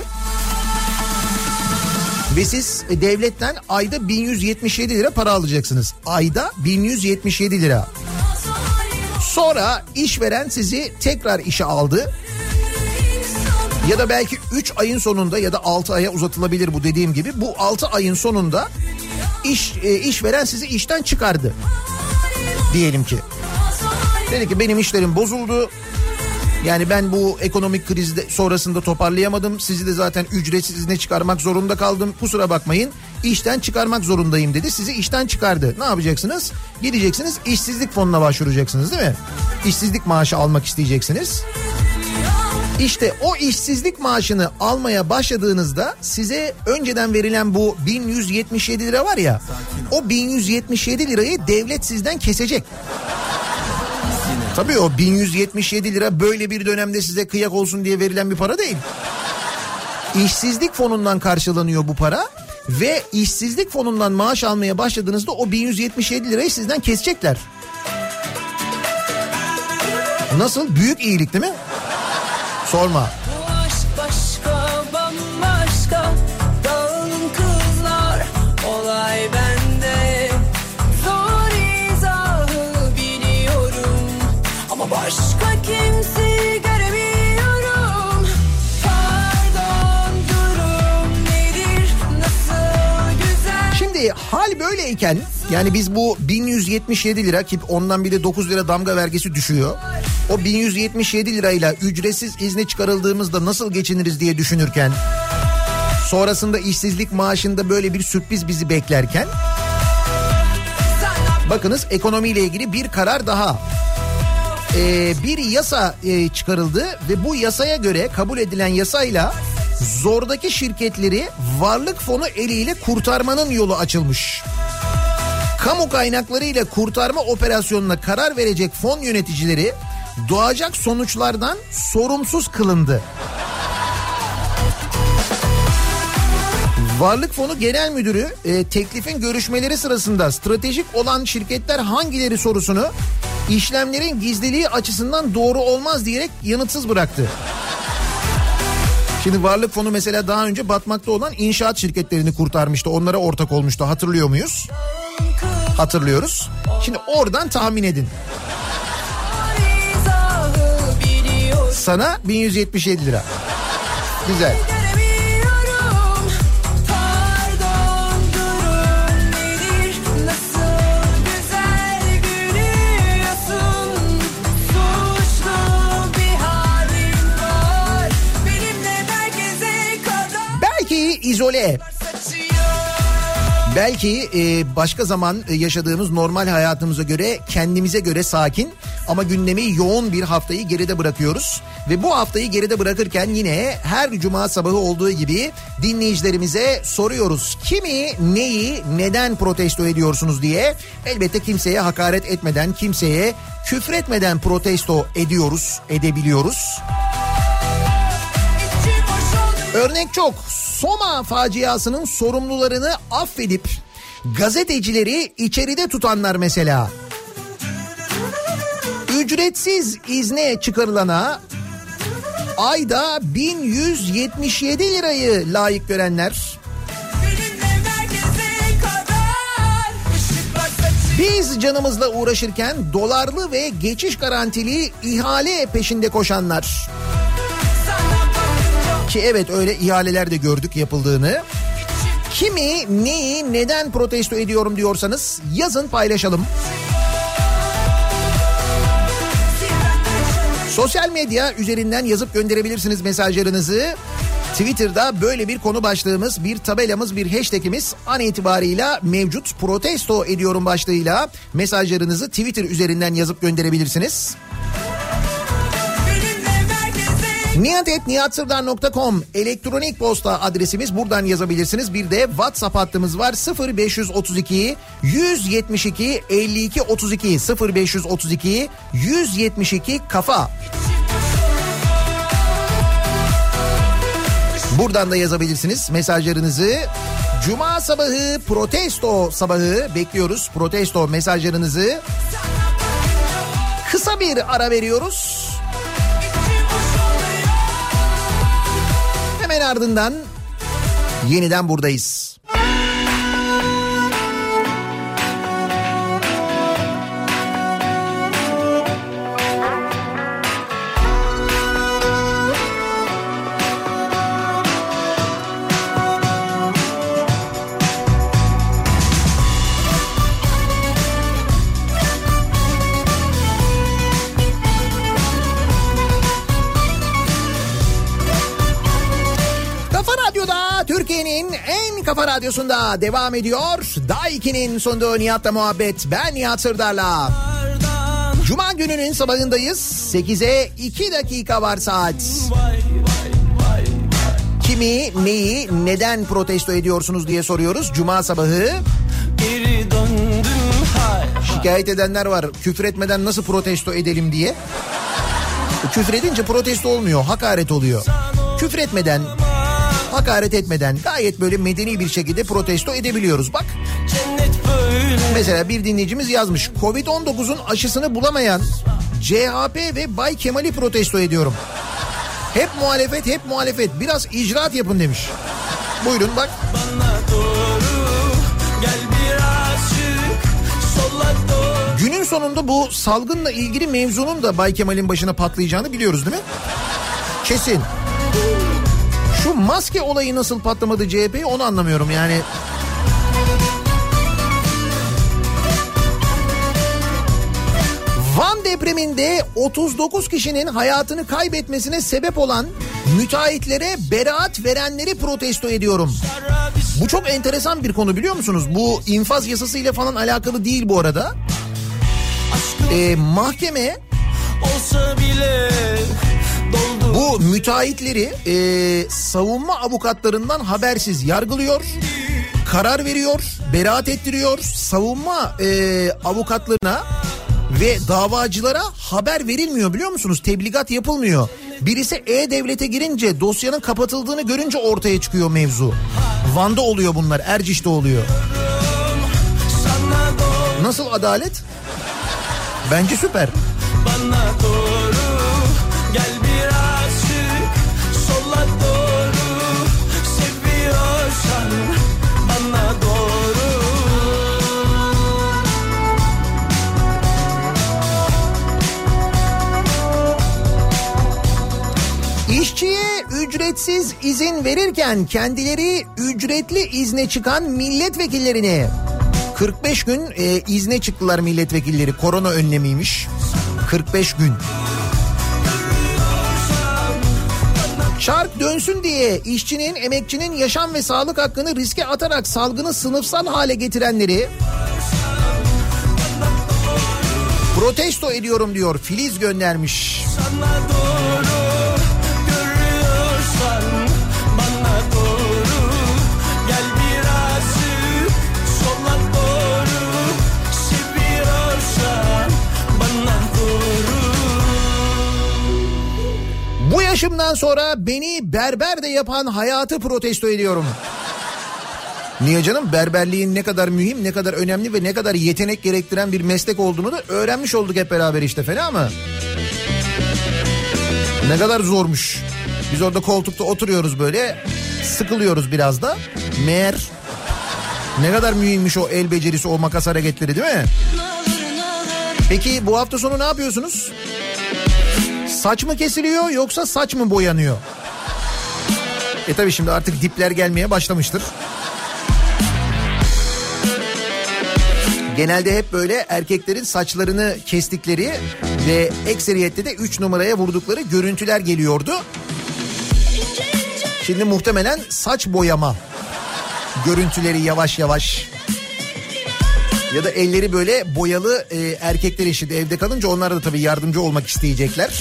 Ve siz devletten ayda bin yüz yetmiş yedi lira para alacaksınız. Ayda bin yüz yetmiş yedi lira. Sonra işveren sizi tekrar işe aldı. Ya da belki üç ayın sonunda ya da altı aya uzatılabilir bu dediğim gibi. Bu altı ayın sonunda iş e, işveren sizi işten çıkardı. Diyelim ki. Dedi ki benim işlerim bozuldu. Yani ben bu ekonomik kriz sonrasında toparlayamadım. Sizi de zaten ücretsiz izne çıkarmak zorunda kaldım. Kusura bakmayın, işten çıkarmak zorundayım dedi. Sizi işten çıkardı. Ne yapacaksınız? Gideceksiniz, işsizlik fonuna başvuracaksınız değil mi? İşsizlik maaşı almak isteyeceksiniz. İşte o işsizlik maaşını almaya başladığınızda size önceden verilen bu bin yüz yetmiş yedi lira var ya, o bin yüz yetmiş yedi lirayı devlet sizden kesecek. Tabii o bin yüz yetmiş yedi lira böyle bir dönemde size kıyak olsun diye verilen bir para değil. İşsizlik fonundan karşılanıyor bu para ve işsizlik fonundan maaş almaya başladığınızda o bin yüz yetmiş yedi lirayı sizden kesecekler. Nasıl? Büyük iyilik değil mi? Sorma. Bu aşk başka, bambaşka. Dağılın kızlar, olay bende. Zor izahı biliyorum ama başka kimseyi göremiyorum. Pardon, durum nedir, nasıl güzel. Şimdi hal böyleyken, yani biz bu bin yüz yetmiş yedi lira ki ondan bir de dokuz lira damga vergisi düşüyor. O bin yüz yetmiş yedi lirayla ücretsiz izne çıkarıldığımızda nasıl geçiniriz diye düşünürken, sonrasında işsizlik maaşında böyle bir sürpriz bizi beklerken, bakınız ekonomiyle ilgili bir karar daha. Ee, bir yasa e, çıkarıldı ve bu yasaya göre, kabul edilen yasayla zordaki şirketleri varlık fonu eliyle kurtarmanın yolu açılmış. Kamu kaynaklarıyla kurtarma operasyonuna karar verecek fon yöneticileri doğacak sonuçlardan sorumsuz kılındı. Varlık Fonu Genel Müdürü e, teklifin görüşmeleri sırasında stratejik olan şirketler hangileri sorusunu işlemlerin gizliliği açısından doğru olmaz diyerek yanıtsız bıraktı. Şimdi Varlık Fonu mesela daha önce batmakta olan inşaat şirketlerini kurtarmıştı. Onlara ortak olmuştu, hatırlıyor muyuz? Hatırlıyoruz. Şimdi oradan tahmin edin. Sana bin yüz yetmiş yedi lira. Güzel. Belki izole. Belki e, başka zaman yaşadığımız normal hayatımıza göre, kendimize göre sakin ama gündemi yoğun bir haftayı geride bırakıyoruz. Ve bu haftayı geride bırakırken yine her cuma sabahı olduğu gibi dinleyicilerimize soruyoruz. Kimi, neyi, neden protesto ediyorsunuz diye. Elbette kimseye hakaret etmeden, kimseye küfretmeden protesto ediyoruz, edebiliyoruz. Örnek çok. Soma faciasının sorumlularını affedip gazetecileri içeride tutanlar mesela. Ücretsiz izne çıkarılana ayda bin yüz yetmiş yedi lirayı layık görenler. Biz canımızla uğraşırken dolarlı ve geçiş garantili ihale peşinde koşanlar. Ki evet, öyle ihaleler de gördük yapıldığını. Kimi, neyi, neden protesto ediyorum diyorsanız yazın, paylaşalım. Sosyal medya üzerinden yazıp gönderebilirsiniz mesajlarınızı. Twitter'da böyle bir konu başlığımız, bir tabelamız, bir hashtagimiz an itibarıyla mevcut. Protesto ediyorum başlığıyla mesajlarınızı Twitter üzerinden yazıp gönderebilirsiniz. nihat et nihat sırdar nokta com elektronik posta adresimiz, buradan yazabilirsiniz. Bir de WhatsApp hattımız var, sıfır beş otuz iki yüz yetmiş iki elli iki otuz iki sıfır beş otuz iki yüz yetmiş iki kafa. Buradan da yazabilirsiniz mesajlarınızı. Cuma sabahı protesto sabahı bekliyoruz, protesto mesajlarınızı. Kısa bir ara veriyoruz. Hemen ardından yeniden buradayız. Türkiye'nin en kafa radyosunda devam ediyor. Daiki'nin sunduğu Nihat'la muhabbet. Ben Nihat Sırdar'la. Cuma gününün sabahındayız. sekize iki dakika var saat. Kimi, neyi, neden protesto ediyorsunuz diye soruyoruz Cuma sabahı. Şikayet edenler var. Küfür etmeden nasıl protesto edelim diye. Küfür edince protesto olmuyor, hakaret oluyor. Küfür etmeden, hakaret etmeden gayet böyle medeni bir şekilde protesto edebiliyoruz. Bak mesela bir dinleyicimiz yazmış, kovid on dokuzun aşısını bulamayan C H P ve Bay Kemal'i protesto ediyorum. Hep muhalefet, hep muhalefet, biraz icraat yapın demiş. Buyurun bak. Günün sonunda bu salgınla ilgili mevzunun da Bay Kemal'in başına patlayacağını biliyoruz değil mi? Kesin. Şu maske olayı nasıl patlamadı C H P'yi, onu anlamıyorum yani. Van depreminde otuz dokuz kişinin hayatını kaybetmesine sebep olan müteahhitlere beraat verenleri protesto ediyorum. Bu çok enteresan bir konu, biliyor musunuz? Bu infaz yasasıyla falan alakalı değil bu arada. Ee, mahkeme olsa bile bu müteahhitleri e, savunma avukatlarından habersiz yargılıyor, karar veriyor, beraat ettiriyor. Savunma e, avukatlarına ve davacılara haber verilmiyor, biliyor musunuz? Tebligat yapılmıyor. Birisi E-Devlet'e girince, dosyanın kapatıldığını görünce ortaya çıkıyor mevzu. Van'da oluyor bunlar, Erciş'te oluyor. Nasıl adalet? Bence süper. Bana doğru gel birazcık, sola doğru, seviyorsan bana doğru. İşçiye ücretsiz izin verirken kendileri ücretli izne çıkan milletvekillerini, kırk beş gün e, izne çıktılar milletvekilleri, korona önlemiymiş. kırk beş gün. Çark dönsün diye işçinin, emekçinin yaşam ve sağlık hakkını riske atarak salgını sınıfsal hale getirenleri protesto ediyorum diyor. Filiz göndermiş. Sana doğru görüyorsan bana doğru gel birazcık, sola doğru seviyorsan bana doğru. Bu yaş yaşımdan sonra beni berber de yapan hayatı protesto ediyorum. Niye canım? Berberliğin ne kadar mühim, ne kadar önemli ve ne kadar yetenek gerektiren bir meslek olduğunu da öğrenmiş olduk hep beraber işte, fena mı? Ne kadar zormuş. Biz orada koltukta oturuyoruz böyle, sıkılıyoruz biraz da. Meğer ne kadar mühimmiş o el becerisi, o makas hareketleri, değil mi? Peki bu hafta sonu ne yapıyorsunuz? Saç mı kesiliyor yoksa saç mı boyanıyor? E tabii şimdi artık dipler gelmeye başlamıştır. Genelde hep böyle erkeklerin saçlarını kestikleri ve ekseriyette de üç numaraya vurdukları görüntüler geliyordu. Şimdi muhtemelen saç boyama görüntüleri yavaş yavaş, ya da elleri böyle boyalı e, erkekler şimdi evde kalınca onlar da tabii yardımcı olmak isteyecekler.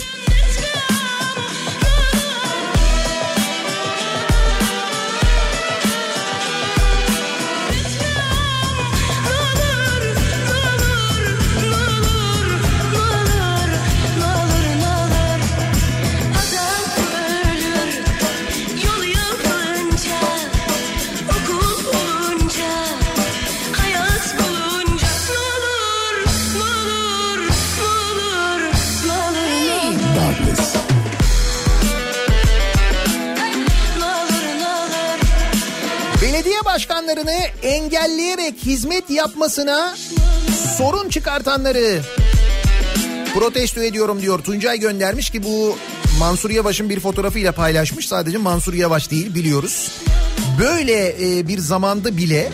Başkanlarını engelleyerek hizmet yapmasına sorun çıkartanları protesto ediyorum diyor. Tuncay göndermiş ki bu Mansur Yavaş'ın bir fotoğrafıyla paylaşmış. Sadece Mansur Yavaş değil, biliyoruz. Böyle e, bir zamanda bile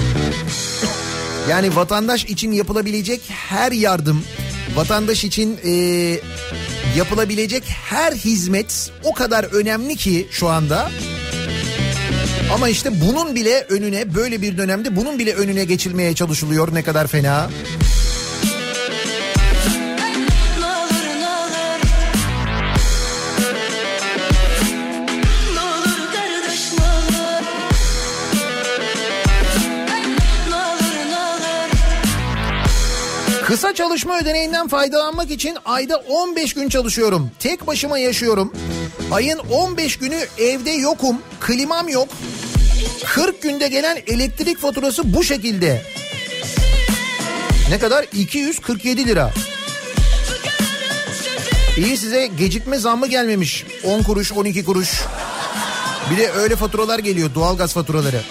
yani vatandaş için yapılabilecek her yardım, vatandaş için e, yapılabilecek her hizmet o kadar önemli ki şu anda. Ama işte bunun bile önüne, böyle bir dönemde bunun bile önüne geçilmeye çalışılıyor. Ne kadar fena. Kısa çalışma ödeneğinden faydalanmak için ayda on beş gün çalışıyorum. Tek başıma yaşıyorum. Ayın on beş günü evde yokum. Klimam yok. kırk günde gelen elektrik faturası bu şekilde. Ne kadar? iki yüz kırk yedi lira. İyi, size gecikme zammı gelmemiş. on kuruş, on iki kuruş. Bir de öyle faturalar geliyor, doğalgaz faturaları.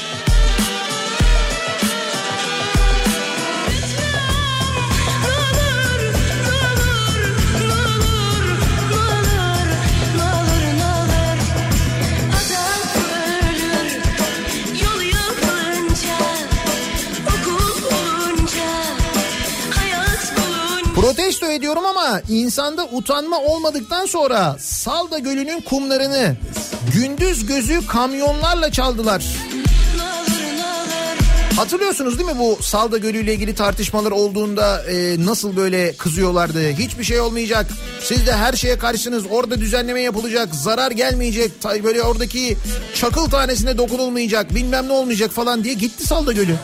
Protesto ediyorum ama insanda utanma olmadıktan sonra Salda Gölü'nün kumlarını gündüz gözü kamyonlarla çaldılar. Hatırlıyorsunuz değil mi bu Salda Gölü ile ilgili tartışmalar olduğunda e, nasıl böyle kızıyorlardı? Hiçbir şey olmayacak. Siz de her şeye karşısınız. Orada düzenleme yapılacak. Zarar gelmeyecek. Böyle oradaki çakıl tanesine dokunulmayacak. Bilmem ne olmayacak falan diye gitti Salda Gölü.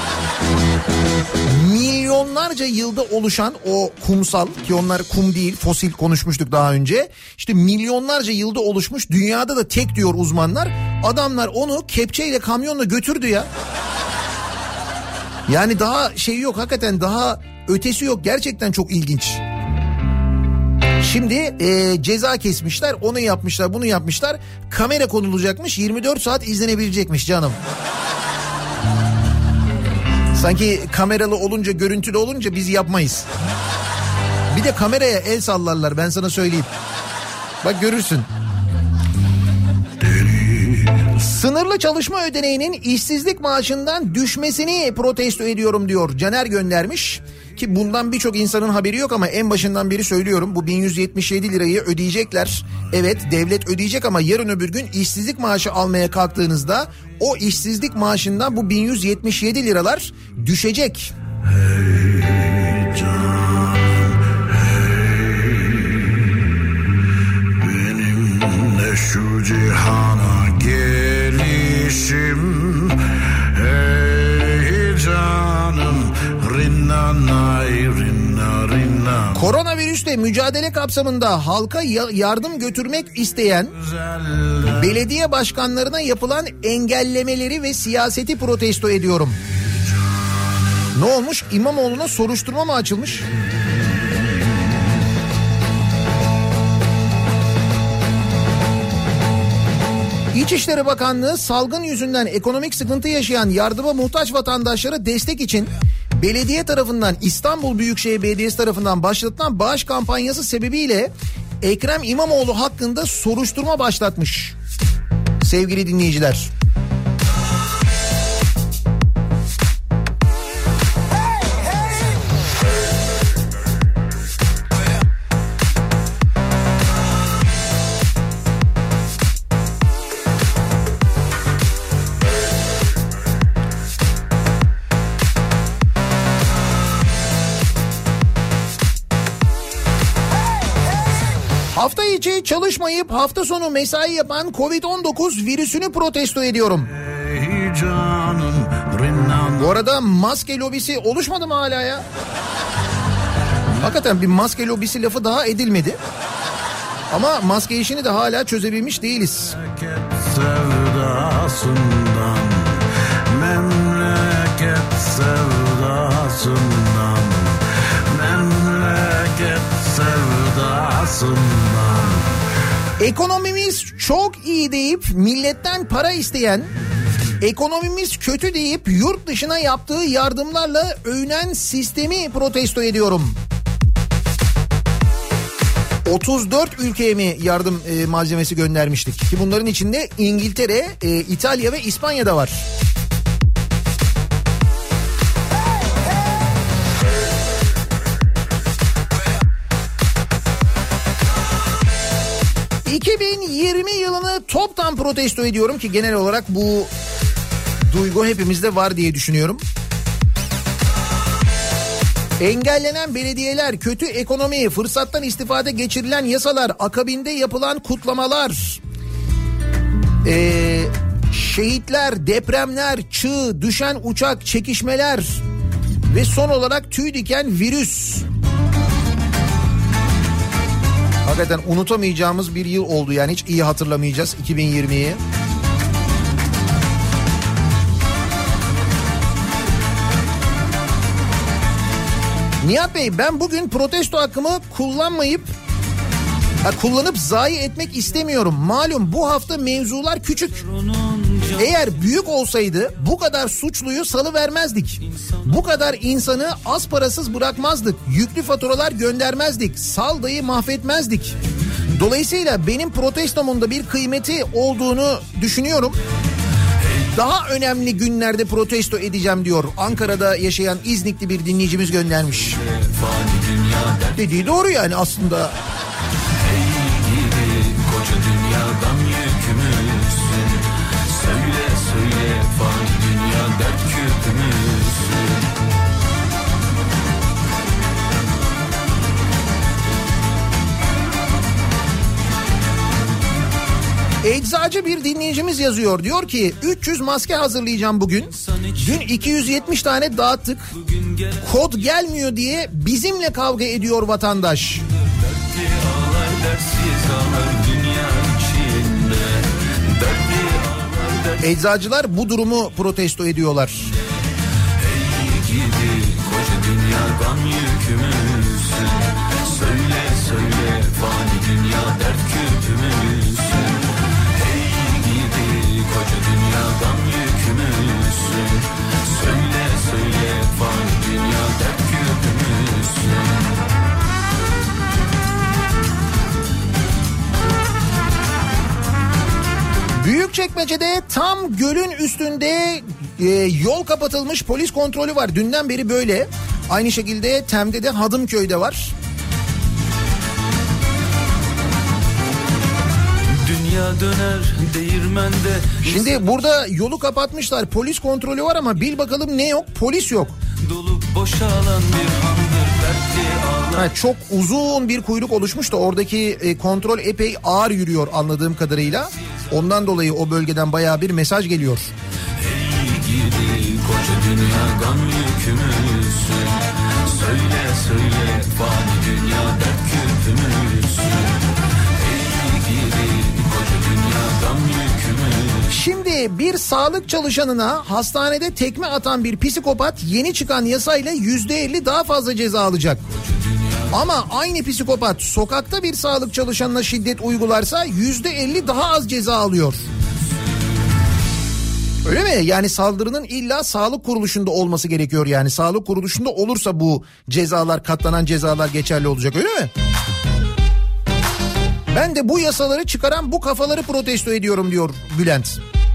Milyonlarca yılda oluşan o kumsal, ki onlar kum değil, fosil, konuşmuştuk daha önce. İşte milyonlarca yılda oluşmuş, dünyada da tek diyor uzmanlar. Adamlar onu kepçeyle, kamyonla götürdü ya. Yani daha şey yok, hakikaten daha ötesi yok, gerçekten çok ilginç. Şimdi e, ceza kesmişler, onu yapmışlar, bunu yapmışlar. Kamera konulacakmış, yirmi dört saat izlenebilecekmiş canım. Sanki kameralı olunca, görüntülü olunca biz yapmayız. Bir de kameraya el sallarlar, ben sana söyleyeyim. Bak görürsün. Sınırlı çalışma ödeneğinin işsizlik maaşından düşmesini protesto ediyorum diyor. Caner göndermiş ki bundan birçok insanın haberi yok ama en başından beri söylüyorum. Bu bin yüz yetmiş yedi lirayı ödeyecekler. Evet, devlet ödeyecek ama yarın öbür gün işsizlik maaşı almaya kalktığınızda o işsizlik maaşından bu bin yüz yetmiş yedi liralar düşecek. Hey canım, hey, benim de şu cihana gelişim, hey canım, rinna nay rinna rinna Koronavirüsle mücadele kapsamında halka yardım götürmek isteyen belediye başkanlarına yapılan engellemeleri ve siyaseti protesto ediyorum. Ne olmuş? İmamoğlu'na soruşturma mı açılmış? İçişleri Bakanlığı salgın yüzünden ekonomik sıkıntı yaşayan yardıma muhtaç vatandaşlara destek için belediye tarafından İstanbul Büyükşehir Belediyesi tarafından başlatılan bağış kampanyası sebebiyle Ekrem İmamoğlu hakkında soruşturma başlatmış. Sevgili dinleyiciler. Hafta içi çalışmayıp hafta sonu mesai yapan kovid on dokuz virüsünü protesto ediyorum. Bu arada maske lobisi oluşmadı mı hala ya? Hakikaten bir maske lobisi lafı daha edilmedi. Ama maske işini de hala çözebilmiş değiliz. Sevdasından, memleket sevdasından, memleket sevdasından. Ekonomimiz çok iyi deyip milletten para isteyen, ekonomimiz kötü deyip yurt dışına yaptığı yardımlarla övünen sistemi protesto ediyorum. otuz dört ülkeye mi yardım e, malzemesi göndermiştik ki bunların içinde İngiltere, e, İtalya ve İspanya'da var. iki bin yirmi yılını toptan protesto ediyorum ki genel olarak bu duygu hepimizde var diye düşünüyorum. Engellenen belediyeler, kötü ekonomi, fırsattan istifade geçirilen yasalar, akabinde yapılan kutlamalar, ee, şehitler, depremler, çığ, düşen uçak, çekişmeler ve son olarak tüy diken virüs. Hakikaten unutamayacağımız bir yıl oldu, yani hiç iyi hatırlamayacağız iki bin yirmiyi. Nihat Bey, ben bugün protesto hakkımı kullanmayıp ha, kullanıp zayi etmek istemiyorum. Malum bu hafta mevzular küçük. Eğer büyük olsaydı bu kadar suçluyu salıvermezdik. Bu kadar insanı az parasız bırakmazdık. Yüklü faturalar göndermezdik. Saldayı mahvetmezdik. Dolayısıyla benim protestomun da bir kıymeti olduğunu düşünüyorum. Daha önemli günlerde protesto edeceğim diyor. Ankara'da yaşayan İznikli bir dinleyicimiz göndermiş. Dediği doğru yani aslında. Hey gidi koca dünyadan yükümüzsün. Söyle söyle fani dünya dert küpümüzsün. Eczacı bir dinleyicimiz yazıyor. Diyor ki üç yüz maske hazırlayacağım bugün. Dün iki yüz yetmiş tane dağıttık. Kod gelmiyor diye bizimle kavga ediyor vatandaş. Eczacılar bu durumu protesto ediyorlar. Hey gidi koca dünyadan yükümüzsün. Söyle söyle fani dünya dert küpümüzsün. Koca dünyadan yükümüzsün. Söyle söyle fani dünya dert küpümüzsün. Büyükçekmece'de tam gölün üstünde e, yol kapatılmış, polis kontrolü var. Dünden beri böyle. Aynı şekilde Tem'de de Hadımköy'de var. Döner değirmende. Şimdi burada yolu kapatmışlar, polis kontrolü var ama bil bakalım ne yok? Polis yok. Dolup boşalan bir handır dertli ağlar. Ha, çok uzun bir kuyruk oluşmuş da oradaki e, kontrol epey ağır yürüyor anladığım kadarıyla. Ondan dolayı o bölgeden bayağı bir mesaj geliyor. Hey gidi koca dünyadan yükümüzsün. Söyle söyle fani dünya dert küpümüzsün. Ey gidi koca dünya gam yükümüz. Şimdi bir sağlık çalışanına hastanede tekme atan bir psikopat yeni çıkan yasayla yüzde elli daha fazla ceza alacak. Ama aynı psikopat sokakta bir sağlık çalışanına şiddet uygularsa yüzde elli daha az ceza alıyor. Öyle mi? Yani saldırının illa sağlık kuruluşunda olması gerekiyor yani. Sağlık kuruluşunda olursa bu cezalar, katlanan cezalar geçerli olacak, öyle mi? Ben de bu yasaları çıkaran bu kafaları protesto ediyorum diyor Bülent.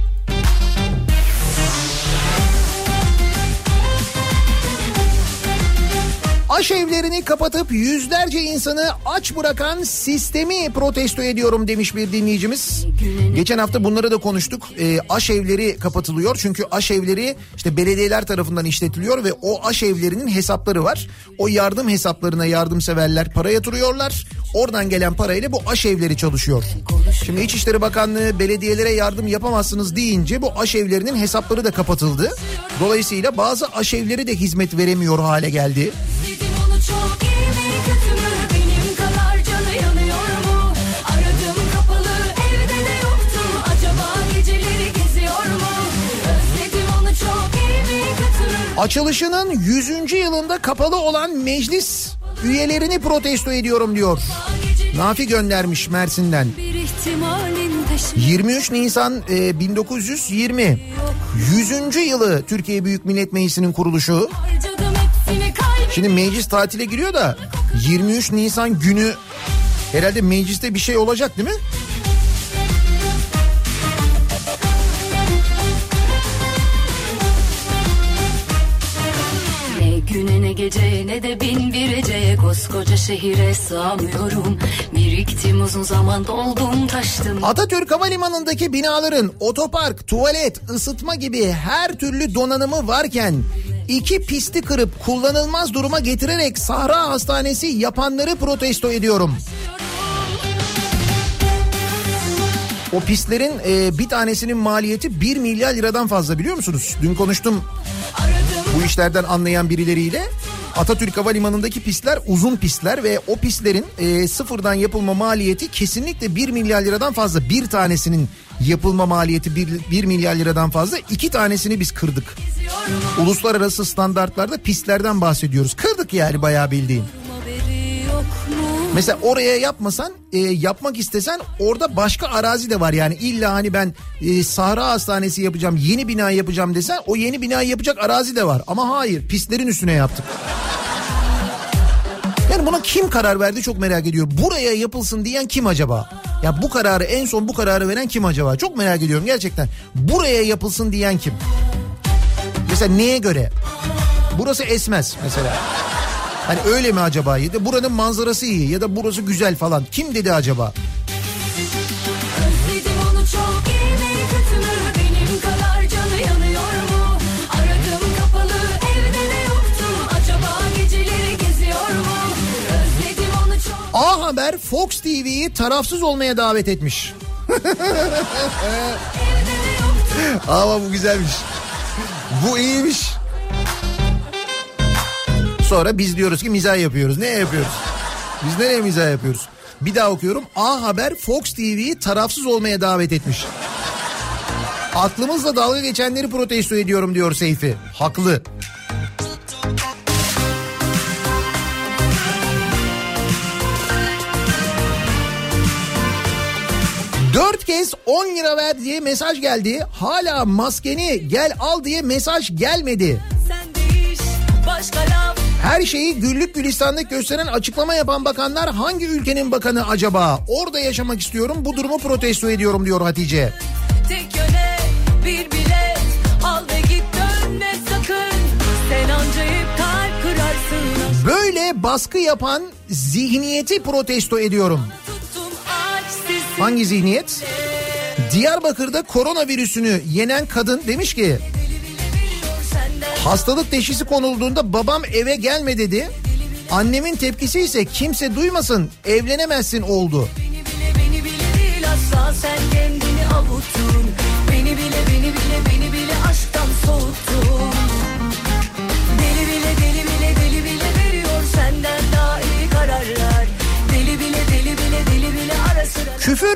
Aşevlerini kapatıp yüzlerce insanı aç bırakan sistemi protesto ediyorum demiş bir dinleyicimiz. Geçen hafta bunları da konuştuk. E, aşevleri kapatılıyor çünkü aşevleri işte belediyeler tarafından işletiliyor ve o aşevlerinin hesapları var. O yardım hesaplarına yardımseverler para yatırıyorlar. Oradan gelen parayla bu aşevleri çalışıyor. Şimdi İçişleri Bakanlığı belediyelere yardım yapamazsınız deyince bu aşevlerinin hesapları da kapatıldı. Dolayısıyla bazı aşevleri de hizmet veremiyor hale geldi. Çok iyi mi kötü mü benim kadar canı yanıyor mu? Aradım kapalı evde de yoktu. Acaba geceleri geziyor mu? Özledim onu çok iyi mi kötü mü? Açılışının yüzüncü yılında kapalı olan meclis üyelerini protesto ediyorum diyor. Nafi göndermiş Mersin'den. yirmi üç Nisan e, bin dokuz yüz yirmi yüzüncü yılı Türkiye Büyük Millet Meclisi'nin kuruluşu. Şimdi meclis tatile giriyor da yirmi üç Nisan günü herhalde mecliste bir şey olacak değil mi? Ne güne ne gece ne de bin bir ece koskoca şehire sığamıyorum. Biriktim uzun zaman doldum taştım. Atatürk Havalimanı'ndaki binaların otopark, tuvalet, ısıtma gibi her türlü donanımı varken İki pisti kırıp kullanılmaz duruma getirerek Sahra Hastanesi yapanları protesto ediyorum. O pistlerin e, bir tanesinin maliyeti bir milyar liradan fazla, biliyor musunuz? Dün konuştum bu işlerden anlayan birileriyle. Atatürk Havalimanı'ndaki pistler uzun pistler ve o pistlerin e, sıfırdan yapılma maliyeti kesinlikle bir milyar liradan fazla. Bir tanesinin yapılma maliyeti bir, bir milyar liradan fazla. İki tanesini biz kırdık. Uluslararası standartlarda pistlerden bahsediyoruz. Kırdık yani bayağı bildiğin. Mesela oraya yapmasan, e, yapmak istesen orada başka arazi de var. Yani illa hani ben e, Sahra Hastanesi yapacağım, yeni bina yapacağım desen o yeni binayı yapacak arazi de var. Ama hayır, pistlerin üstüne yaptık. Yani buna kim karar verdi çok merak ediyorum. Buraya yapılsın diyen kim acaba? Ya bu kararı, en son bu kararı veren kim acaba? Çok merak ediyorum gerçekten. Buraya yapılsın diyen kim? Mesela neye göre? Burası esmez mesela. Hani öyle mi acaba? Ya da buranın manzarası iyi ya da burası güzel falan. Kim dedi acaba? Özledim onu çok iyi mi kötü mü benim kadar canı yanıyor mu? Aradım kapalı evde de yoktu. Acaba geceleri geziyor mu? Özledim onu çok. A Haber Fox T V'yi tarafsız olmaya davet etmiş. Ama bu güzelmiş. Bu iyiymiş. Sonra biz diyoruz ki mizah yapıyoruz. Ne yapıyoruz? Biz nereye mizah yapıyoruz? Bir daha okuyorum. A Haber Fox T V'yi tarafsız olmaya davet etmiş. Aklımızla dalga geçenleri protesto ediyorum diyor Seyfi. Haklı. Dört kez on lira ver diye mesaj geldi. Hala maskeni gel al diye mesaj gelmedi. Sen değiş, başka laf. Her şeyi güllük gülistanlık gösteren açıklama yapan bakanlar hangi ülkenin bakanı acaba? Orada yaşamak istiyorum, bu durumu protesto ediyorum diyor Hatice. Tek yöne bir bilet al ve git dönme sakın. Sen anca hep kalp kırarsın. Böyle baskı yapan zihniyeti protesto ediyorum. Tuttum aç sesi. Hangi zihniyet? Diyarbakır'da koronavirüsünü yenen kadın demiş ki hastalık teşhisi konulduğunda babam eve gelme dedi. Annemin tepkisi ise kimse duymasın, evlenemezsin oldu. Beni bile beni bile değil asla sen kendini avuttun. Beni bile beni bile beni bile aşktan soğuttun. Deli bile deli bile deli bile veriyor senden daha iyi kararlar.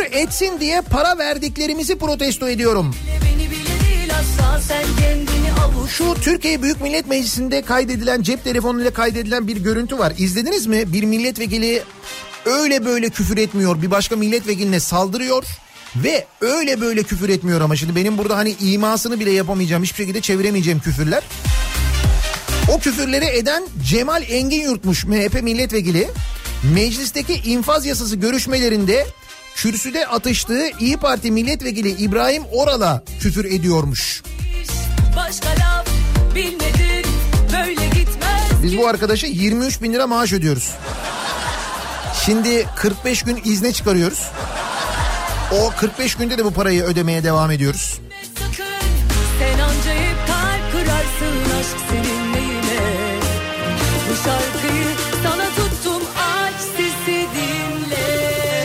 etsin diye para verdiklerimizi protesto ediyorum. Beni bile değil asla sen kendini avuç. Şu Türkiye Büyük Millet Meclisi'nde kaydedilen, cep telefonuyla kaydedilen bir görüntü var. İzlediniz mi? Bir milletvekili öyle böyle küfür etmiyor. Bir başka milletvekiline saldırıyor ve öyle böyle küfür etmiyor ama şimdi benim burada hani imasını bile yapamayacağım, hiçbir şekilde çeviremeyeceğim küfürler. O küfürleri eden Cemal Enginyurt'muş, M H P milletvekili. Meclisteki infaz yasası görüşmelerinde kürsüde atıştığı İyi Parti milletvekili İbrahim Oral'a küfür ediyormuş. Başka laf bilmedin böyle gitmez. Biz bu arkadaşa yirmi üç bin lira maaş ödüyoruz. Şimdi kırk beş gün izne çıkarıyoruz. O kırk beş günde de bu parayı ödemeye devam ediyoruz. Sakın sen anca hep kalp kırarsın, aşk senin neyine. Bu şarkıyı sana tuttum, aç sesi dinle.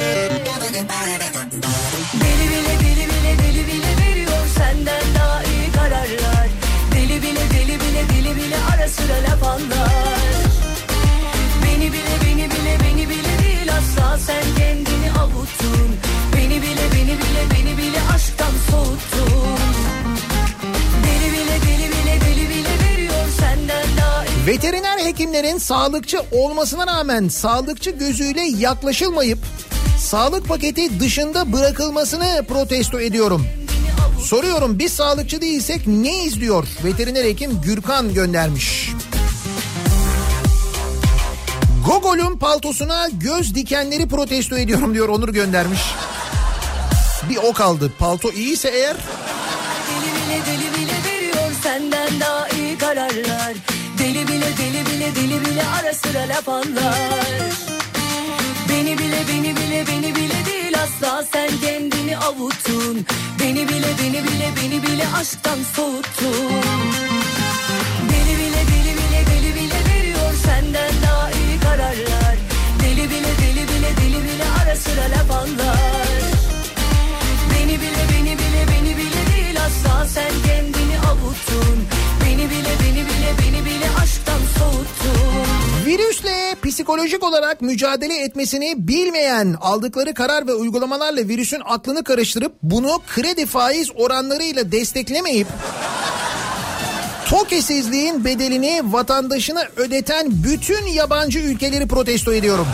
Deli bile deli bile deli bile veriyor senden daha iyi kararlar. Deli bile deli bile deli bile ara sıra laf anlar. Beni bile beni bile beni bile değil asla sen kendini avuttun. Beni bile beni bile beni bile aşktan soğuttun. Deli bile deli bile deli bile veriyor senden daha iyi. Veteriner hekimlerin sağlıkçı olmasına rağmen sağlıkçı gözüyle yaklaşılmayıp sağlık paketi dışında bırakılmasını protesto ediyorum. Soruyorum, biz sağlıkçı değilsek ne izliyor? Veteriner hekim Gürkan göndermiş. Gogol'un paltosuna göz dikenleri protesto ediyorum diyor, Onur göndermiş. Bir o kaldı. Palto iyiyse eğer. Deli bile deli bile veriyor senden daha iyi kararlar. Deli bile deli bile deli bile ara sıra laf anlar. Beni bile beni bile beni bile değil asla sen kendini avuttun. Beni bile beni bile beni bile aşktan soğuttun. Deli bile deli bile deli bile veriyor senden daha iyi kararlar. Deli bile deli bile deli bile ara sıra laf anlar. Beni bile beni bile beni bile değil asla sen kendini avuttun. Beni bile beni bile beni bile aşktan soğuttun. Virüsle psikolojik olarak mücadele etmesini bilmeyen, aldıkları karar ve uygulamalarla virüsün aklını karıştırıp bunu kredi faiz oranlarıyla desteklemeyip TOKİ'sizliğin bedelini vatandaşına ödeten bütün yabancı ülkeleri protesto ediyorum.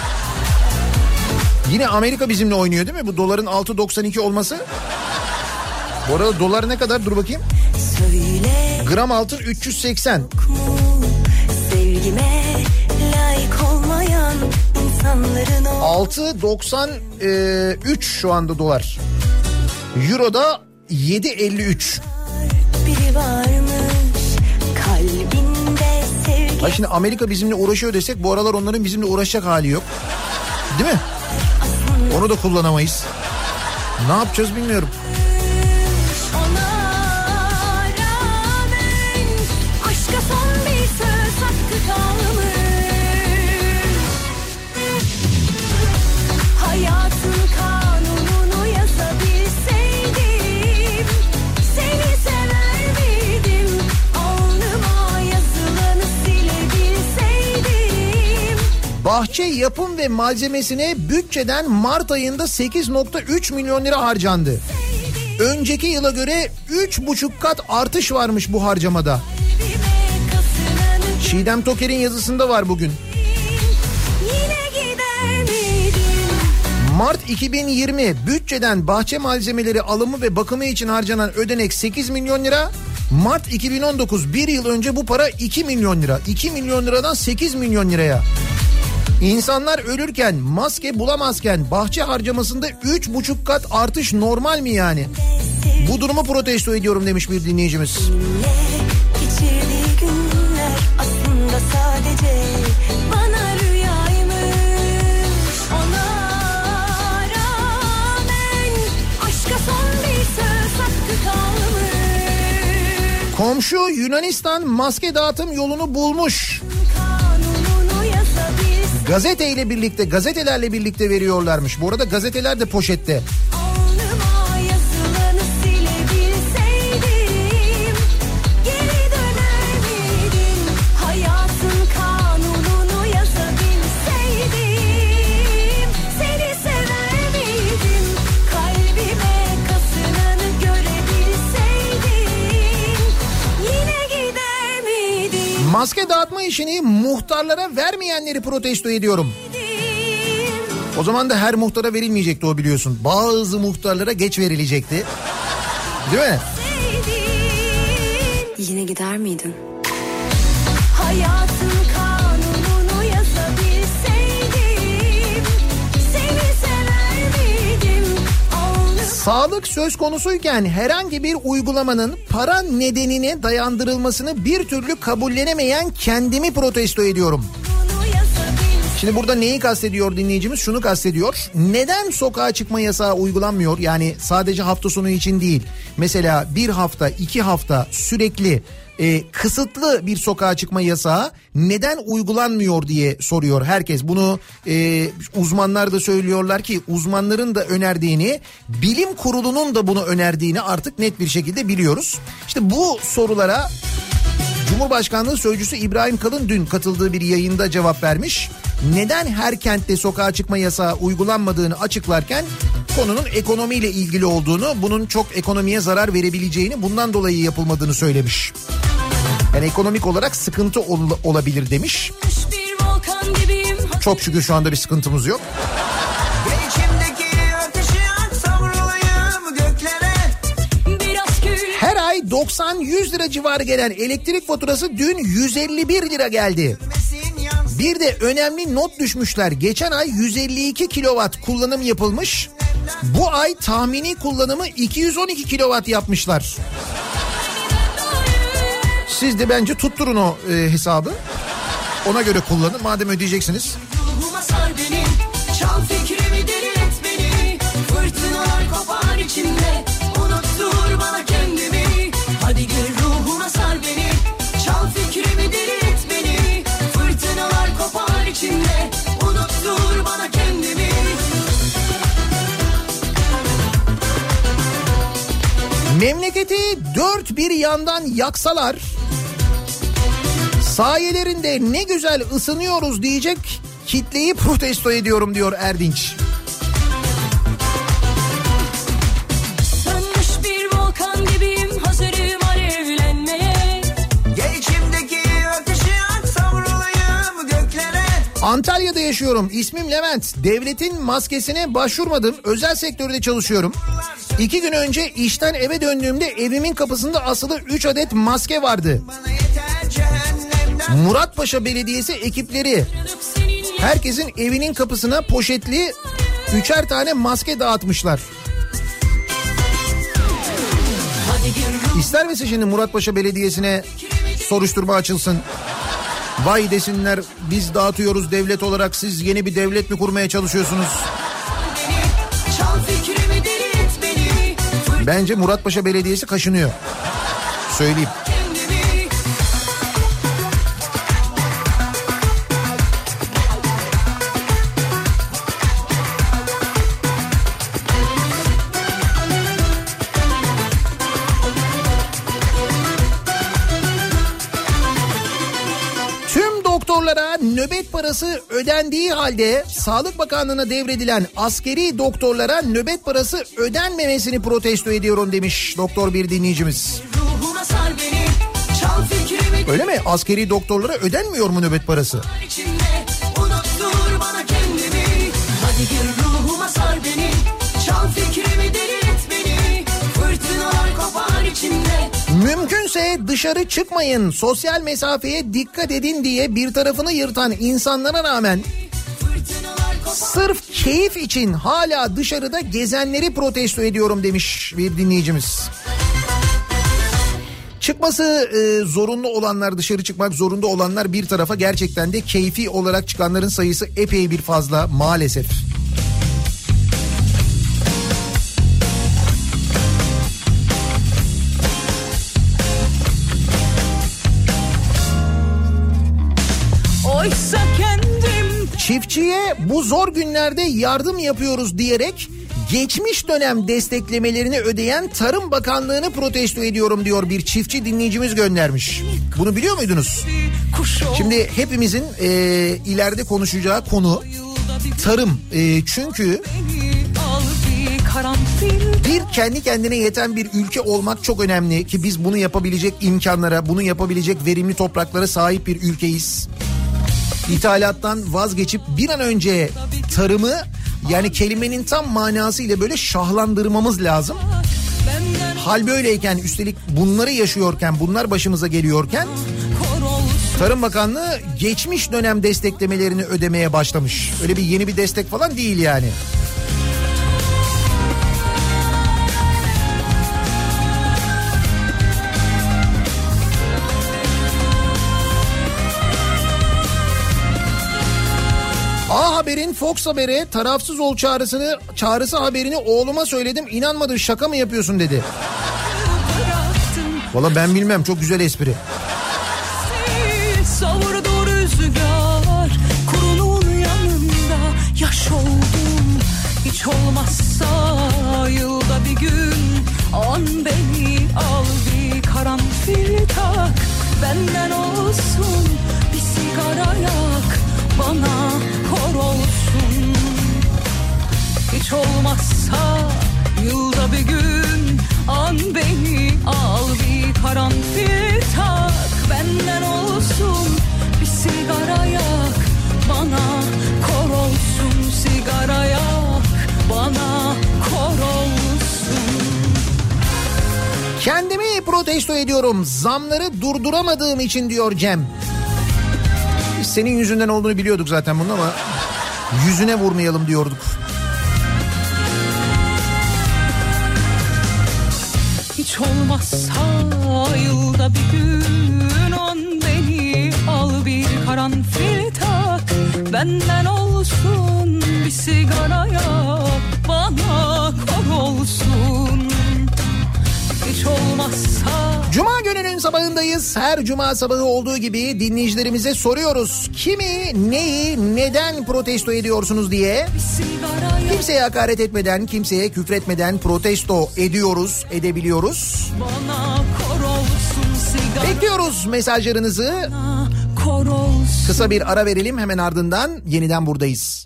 Yine Amerika bizimle oynuyor değil mi? Bu doların altı doksan iki olması. Bu arada dolar ne kadar? Dur bakayım. Söyle, gram altın üç yüz seksen. sevgime layık olmayan insanların o. altı doksan üç şu anda dolar. Euro'da yedi elli üç. Biri varmış kalbinde sevgi. Ha şimdi Amerika bizimle uğraşıyor desek bu aralar onların bizimle uğraşacak hali yok. Değil mi? Onu da kullanamayız. Ne yapacağız bilmiyorum. Ona rağmen aşka son bir söz hakkı kalmış. Hayatın kanununu yazabilseydim seni sever miydim? Alnıma yazılanı silebilseydim. Bahçe yapım ve malzemesine bütçeden Mart ayında sekiz nokta üç milyon lira harcandı. Önceki yıla göre üç buçuk kat artış varmış bu harcamada. Çiğdem Toker'in yazısında var bugün. Yine gider miydin? Mart iki bin yirmi bütçeden bahçe malzemeleri alımı ve bakımı için harcanan ödenek sekiz milyon lira. Mart iki bin on dokuz, bir yıl önce bu para iki milyon lira. iki milyon liradan sekiz milyon liraya. İnsanlar ölürken, maske bulamazken bahçe harcamasında üç buçuk kat artış normal mi yani? Bu durumu protesto ediyorum demiş bir dinleyicimiz. Geçirdiği günler aslında sadece bana rüyaymış. Ona rağmen aşka son bir söz hakkı kalmış. Komşu Yunanistan maske dağıtım yolunu bulmuş. Kanununu yazabilseydim. Gazeteyle birlikte, gazetelerle birlikte veriyorlarmış. Bu arada gazeteler de poşette. Alnıma yazılanı silebilseydim geri döner miydim? Hayatın kanununu yazabilseydim seni sever miydim? Maske dağıtma işini muhtarlara vermeyenleri protesto ediyorum. O zaman da her muhtara verilmeyecekti o, biliyorsun. Bazı muhtarlara geç verilecekti. Değil mi? Yine gider miydin? Hayatın kanununu yazabilseydim, seni sever miydim? Olmaz. Sağlık söz konusuyken herhangi bir uygulamanın para nedenine dayandırılmasını bir türlü kabullenemeyen kendimi protesto ediyorum. Şimdi burada neyi kastediyor dinleyicimiz? Şunu kastediyor. Neden sokağa çıkma yasağı uygulanmıyor? Yani sadece hafta sonu için değil. Mesela bir hafta, iki hafta sürekli e, kısıtlı bir sokağa çıkma yasağı neden uygulanmıyor diye soruyor herkes. Bunu e, uzmanlar da söylüyorlar ki uzmanların da önerdiğini, bilim kurulunun da bunu önerdiğini artık net bir şekilde biliyoruz. İşte bu sorulara Cumhurbaşkanlığı Sözcüsü İbrahim Kalın dün katıldığı bir yayında cevap vermiş. Neden her kentte sokağa çıkma yasağı uygulanmadığını açıklarken konunun ekonomiyle ilgili olduğunu, bunun çok ekonomiye zarar verebileceğini, bundan dolayı yapılmadığını söylemiş. Yani ekonomik olarak sıkıntı ol- olabilir demiş. Çok şükür şu anda bir sıkıntımız yok. Her ay doksan yüz lira civarı gelen elektrik faturası dün yüz elli bir lira geldi. Bir de önemli not düşmüşler. Geçen ay yüz elli iki kilowatt kullanım yapılmış. Bu ay tahmini kullanımı iki yüz on iki kilowatt yapmışlar. Siz de bence tutturun o e, hesabı. Ona göre kullanın madem ödeyeceksiniz. Ruhuma sar beni, çal fikrimi deli et beni. Fırtınalar kopar içimde, unuttur bana kendimi. Hadi gel ruhuma sar beni, çal fikrimi deli et beni. Fırtınalar kopar içimde, unuttur bana kendimi. Memleketi dört bir yandan yaksalar, sayelerinde ne güzel ısınıyoruz diyecek kitleyi protesto ediyorum diyor Erdinç. Sönmüş bir volkan gibiyim, hazırım alevlenmeye. Gel içimdeki ateşi at, savrulayım göklere. Antalya'da yaşıyorum. İsmim Levent. Devletin maskesine başvurmadım. Özel sektörde çalışıyorum. İki gün önce işten eve döndüğümde evimin kapısında asılı üç adet maske vardı. Muratpaşa Belediyesi ekipleri herkesin evinin kapısına poşetli üçer tane maske dağıtmışlar. İster misin şimdi Muratpaşa Belediyesi'ne soruşturma açılsın? Vay desinler, biz dağıtıyoruz devlet olarak, siz yeni bir devlet mi kurmaya çalışıyorsunuz? Bence Muratpaşa Belediyesi kaşınıyor. Söyleyeyim. Doktorlara nöbet parası ödendiği halde Sağlık Bakanlığı'na devredilen askeri doktorlara nöbet parası ödenmemesini protesto ediyorum demiş doktor bir dinleyicimiz. Öyle mi? Askeri doktorlara ödenmiyor mu nöbet parası? Hadi gir ruhuma sar beni, çal fikrimi deli et beni. Fırtınalar kopar içimde. Mümkünse dışarı çıkmayın, sosyal mesafeye dikkat edin diye bir tarafını yırtan insanlara rağmen sırf keyif için hala dışarıda gezenleri protesto ediyorum demiş bir dinleyicimiz. Çıkması e, zorunlu olanlar, dışarı çıkmak zorunda olanlar bir tarafa, gerçekten de keyfi olarak çıkanların sayısı epey bir fazla maalesef. Oysa kendim Çiftçiye bu zor günlerde yardım yapıyoruz diyerek geçmiş dönem desteklemelerini ödeyen Tarım Bakanlığı'nı protesto ediyorum diyor bir çiftçi dinleyicimiz göndermiş. Bunu biliyor muydunuz? Şimdi hepimizin e, ileride konuşacağı konu tarım. E, çünkü karanfil. Bir kendi kendine yeten bir ülke olmak çok önemli ki biz bunu yapabilecek imkanlara, bunu yapabilecek verimli topraklara sahip bir ülkeyiz. İthalattan vazgeçip bir an önce tarımı, yani kelimenin tam manasıyla böyle şahlandırmamız lazım. Hal böyleyken, üstelik bunları yaşıyorken, bunlar başımıza geliyorken Tarım Bakanlığı geçmiş dönem desteklemelerini ödemeye başlamış. Öyle bir yeni bir destek falan değil yani. A Haber'in Fox Haber'e tarafsız ol çağrısını, çağrısı haberini oğluma söyledim. İnanmadı, şaka mı yapıyorsun dedi. Valla ben bilmem, çok güzel espri. Savurdu rüzgar kurunun yanında, yaş oldum hiç olmazsa yılda bir gün. An beni al, bir karanfil tak, benden olsun bir sigara yak, bana kor olsun. Hiç olmazsa yılda bir gün, an beni al, bir karanfil tak, benden olsun bir sigara yak, bana kor olsun. Sigara yak, bana kor olsun. Kendimi protesto ediyorum, zamları durduramadığım için diyor Cem. Biz senin yüzünden olduğunu biliyorduk zaten bunun, ama yüzüne vurmayalım diyorduk. Hiç olmazsa yılda bir gün, on beni al, bir karanfil tak, benden olsun bir sigara yak, bana kor olsun. Hiç olmazsa. Cuma gününün sabahındayız. Her cuma sabahı olduğu gibi dinleyicilerimize soruyoruz. Kimi, neyi, neden protesto ediyorsunuz diye. Kimseye hakaret etmeden, kimseye küfretmeden protesto ediyoruz, edebiliyoruz. Bekliyoruz mesajlarınızı. Kısa bir ara verelim, hemen ardından yeniden buradayız.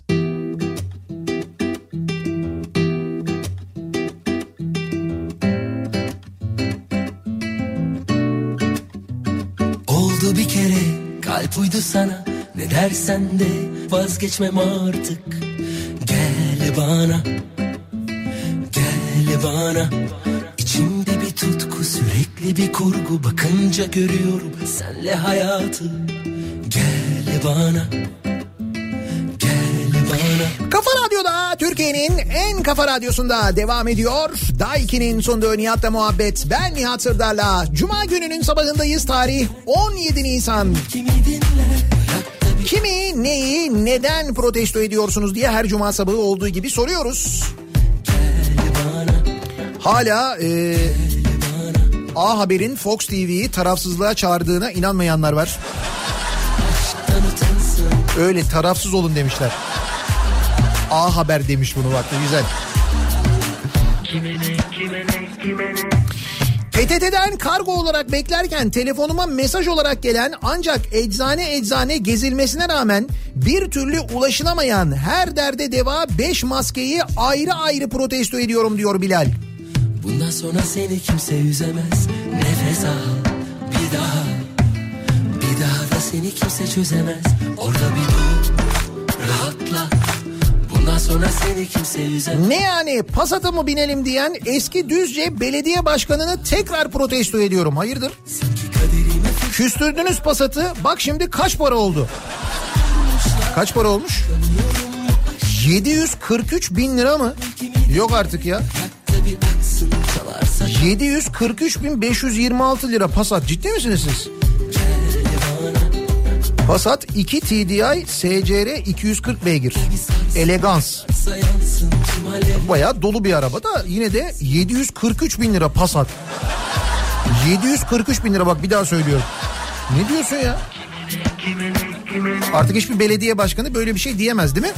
Oldu bir kere, kalp uydu sana, ne dersen de vazgeçmem artık. Gel bana, gel bana, içimde bir tutku, sürekli bir kurgu, bakınca görüyorum senle hayatı. Gel bana, gel bana. Kafa Radyo'da, Türkiye'nin en kafa radyosunda devam ediyor. Daiki'nin sunduğu Nihat'la muhabbet. Ben Nihat Sırdar'la. Cuma gününün sabahındayız. Tarih on yedi Nisan. Kimi, neyi, neden protesto ediyorsunuz diye her cuma sabahı olduğu gibi soruyoruz. Hala e, A Haber'in Fox T V'yi tarafsızlığa çağırdığına inanmayanlar var. Öyle, tarafsız olun demişler. A Haber demiş bunu, bak ne güzel. P T T'den kargo olarak beklerken telefonuma mesaj olarak gelen, ancak eczane eczane gezilmesine rağmen bir türlü ulaşılamayan her derde deva beş maskeyi ayrı ayrı protesto ediyorum diyor Bilal. Bundan sonra seni kimse üzemez. Nefes al bir daha, bir daha da seni kimse çözemez. Orada bir dur, rahatla. Bundan sonra seni kimse üzemez. Ne yani, Passat'a mı binelim diyen eski Düzce belediye başkanını tekrar protesto ediyorum. Hayırdır? Küstürdünüz Passat'ı, bak şimdi kaç para oldu? Kaç para olmuş? yedi yüz kırk üç bin lira mı? Yok artık ya. yedi yüz kırk üç bin beş yüz yirmi altı lira Passat. Ciddi misiniz siz? Passat iki T D I S C R iki yüz kırk beygir. Elegans. Bayağı dolu bir araba da yine de yedi yüz kırk üç bin lira Passat. yedi yüz kırk üç bin lira, bak bir daha söylüyorum. Ne diyorsun ya? Artık hiçbir belediye başkanı böyle bir şey diyemez değil mi?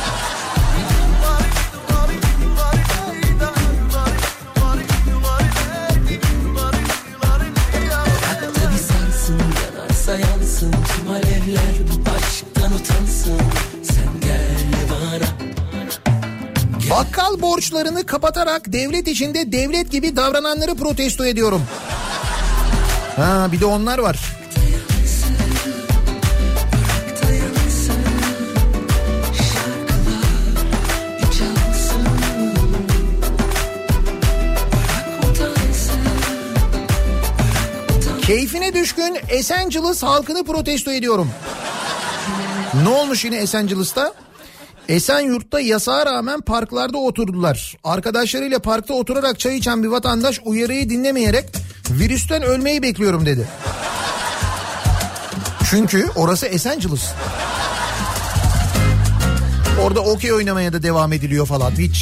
Yansın tüm alevler, bu aşktan utansın. Sen gel bana, Bakkal borçlarını kapatarak devlet içinde devlet gibi davrananları protesto ediyorum. Ha, bir de onlar var. Keyfine düşkün Esenciles halkını protesto ediyorum. Ne olmuş yine Esenciles'ta? Esenyurt'ta yasağa rağmen parklarda oturdular. Arkadaşlarıyla parkta oturarak çay içen bir vatandaş uyarıyı dinlemeyerek virüsten ölmeyi bekliyorum dedi. Çünkü orası Esenciles. Orada okey oynamaya da devam ediliyor falan hiç.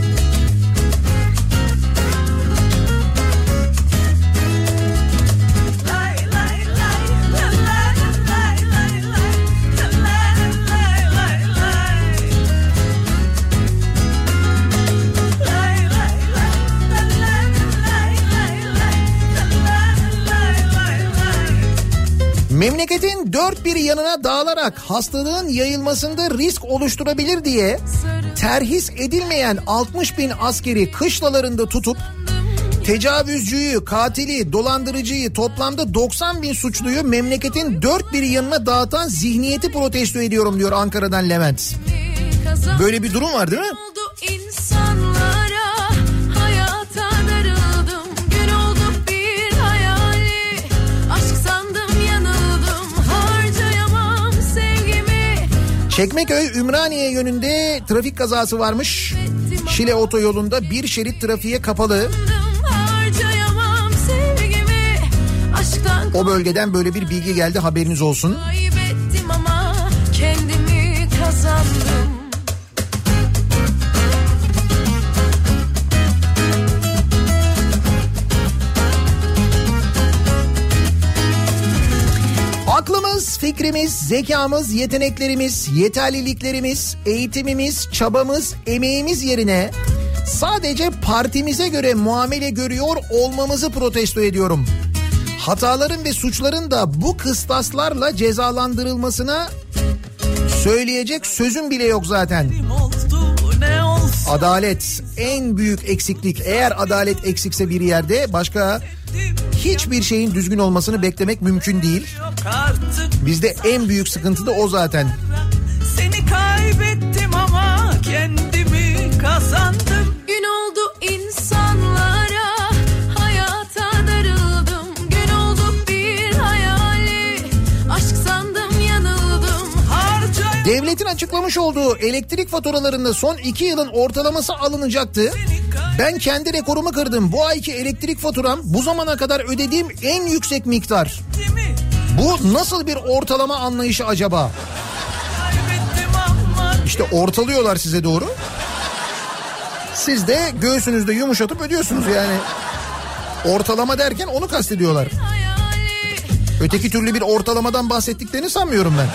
Memleketin dört bir yanına dağılarak hastalığın yayılmasında risk oluşturabilir diye terhis edilmeyen altmış bin askeri kışlalarında tutup tecavüzcüyü, katili, dolandırıcıyı, toplamda doksan bin suçluyu memleketin dört bir yanına dağıtan zihniyeti protesto ediyorum diyor Ankara'dan Levent. Böyle bir durum var değil mi? Çekmeköy Ümraniye yönünde trafik kazası varmış. Şile otoyolunda bir şerit trafiğe kapalı. O bölgeden böyle bir bilgi geldi, haberiniz olsun. Kaybettim ama kendimi kazandım. Aklımız, fikrimiz, zekamız, yeteneklerimiz, yeterliliklerimiz, eğitimimiz, çabamız, emeğimiz yerine sadece partimize göre muamele görüyor olmamızı protesto ediyorum. Hataların ve suçların da bu kıstaslarla cezalandırılmasına söyleyecek sözüm bile yok zaten. Adalet en büyük eksiklik. Eğer adalet eksikse bir yerde başka hiçbir şeyin düzgün olmasını beklemek mümkün değil. Bizde en büyük sıkıntı da o zaten. Seni kaybettim ama kendimi kazandım. Gün oldu insanlara, hayata darıldım. Gün oldu bir hayali, aşk sandım yanıldım. Harcay- Devletin açıklamış olduğu elektrik faturalarında son iki yılın ortalaması alınacaktı. Ben kendi rekorumu kırdım. Bu ayki elektrik faturam bu zamana kadar ödediğim en yüksek miktar. Bu nasıl bir ortalama anlayışı acaba? İşte ortalıyorlar size doğru. Siz de göğsünüzde yumuşatıp ödüyorsunuz yani. Ortalama derken onu kastediyorlar. Öteki türlü bir ortalamadan bahsettiklerini sanmıyorum ben.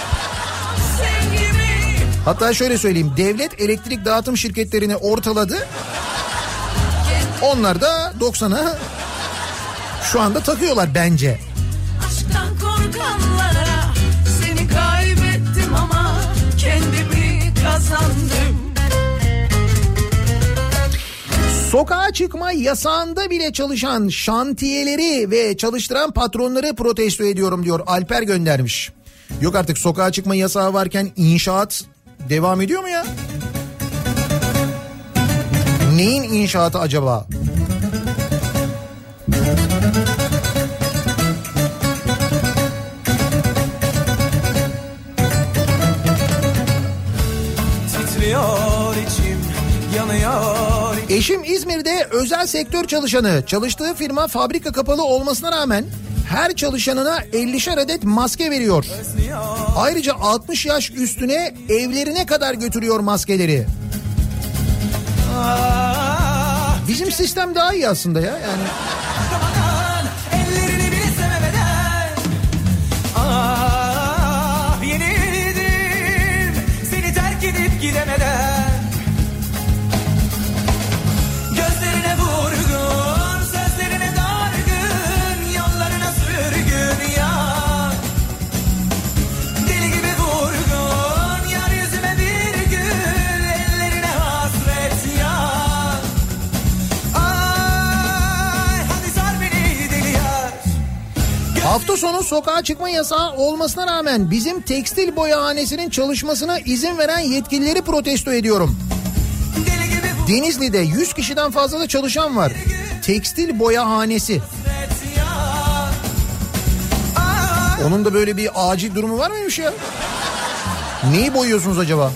Hatta şöyle söyleyeyim, devlet elektrik dağıtım şirketlerini ortaladı. Onlar da doksana şu anda takıyorlar bence. Aşktan korkanlara seni kaybettim ama kendimi kazandım. Sokağa çıkma yasağında bile çalışan şantiyeleri ve çalıştıran patronları protesto ediyorum diyor. Alper göndermiş. Yok artık, sokağa çıkma yasağı varken inşaat devam ediyor mu ya? Neyin inşaatı acaba? Titriyor içim, yanıyor. Eşim İzmir'de özel sektör çalışanı. Çalıştığı firma fabrika kapalı olmasına rağmen her çalışanına ellişer adet maske veriyor. Ayrıca altmış yaş üstüne evlerine kadar götürüyor maskeleri. Bizim sistem daha iyi aslında ya yani. Ellerini bile sevemeden. Ah, yenildim seni terk edip gidemeden. Gözlerine vurgun, sözlerine dargın, yollarına sürgün ya. Deli gibi vurgun, yar yüzüme bir gül, ellerine hasret ya. Hafta sonu sokağa çıkma yasağı olmasına rağmen bizim tekstil boyahanesinin çalışmasına izin veren yetkilileri protesto ediyorum. Denizli'de yüz kişiden fazla da çalışan var. Tekstil boyahanesi. Onun da böyle bir acil durumu var mıymış ya? Neyi boyuyorsunuz acaba?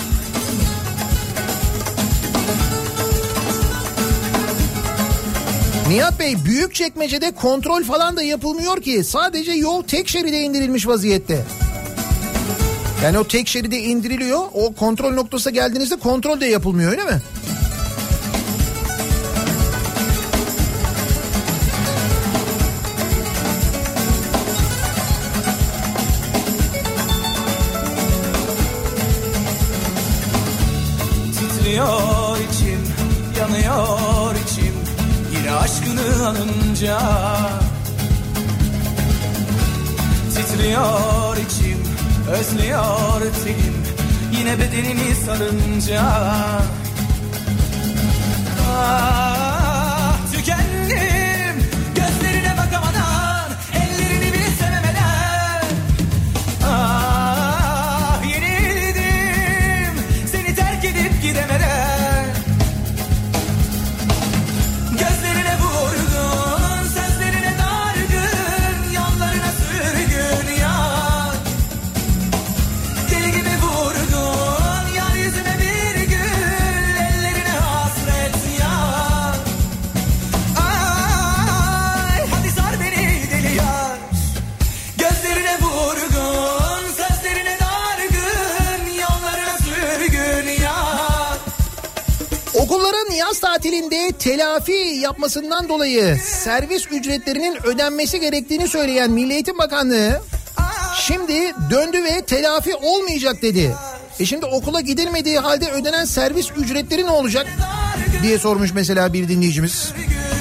Nihat Bey, Büyükçekmece'de kontrol falan da yapılmıyor ki. Sadece yol tek şeride indirilmiş vaziyette. Yani o tek şeride indiriliyor. O kontrol noktasına geldiğinizde kontrol de yapılmıyor, öyle mi? Titriyor içim, yanıyor içim, yine aşkını anınca. Titriyor içim, özlüyor tenim, yine bedenini sarınca. Ah, tükendim gözlerine bakamadan, ellerini bile sevemeden. Ah, yenildim seni terk edip gidemeden. Gözlerine vurgun, sözlerine dargın, yollarına sürgün yar. Deli gibi vurgun, yar yüzüme bir gül, ellerine hasret yar. Ay, hadi sar beni deli yar. Gözlerine vurgun, sözlerine dargın, yollarına sürgün yar. Okulların yaz tatilinde telafi yapmasından dolayı servis ücretlerinin ödenmesi gerektiğini söyleyen Milli Eğitim Bakanlığı şimdi döndü ve telafi olmayacak dedi. E şimdi okula gidilmediği halde ödenen servis ücretleri ne olacak diye sormuş mesela bir dinleyicimiz.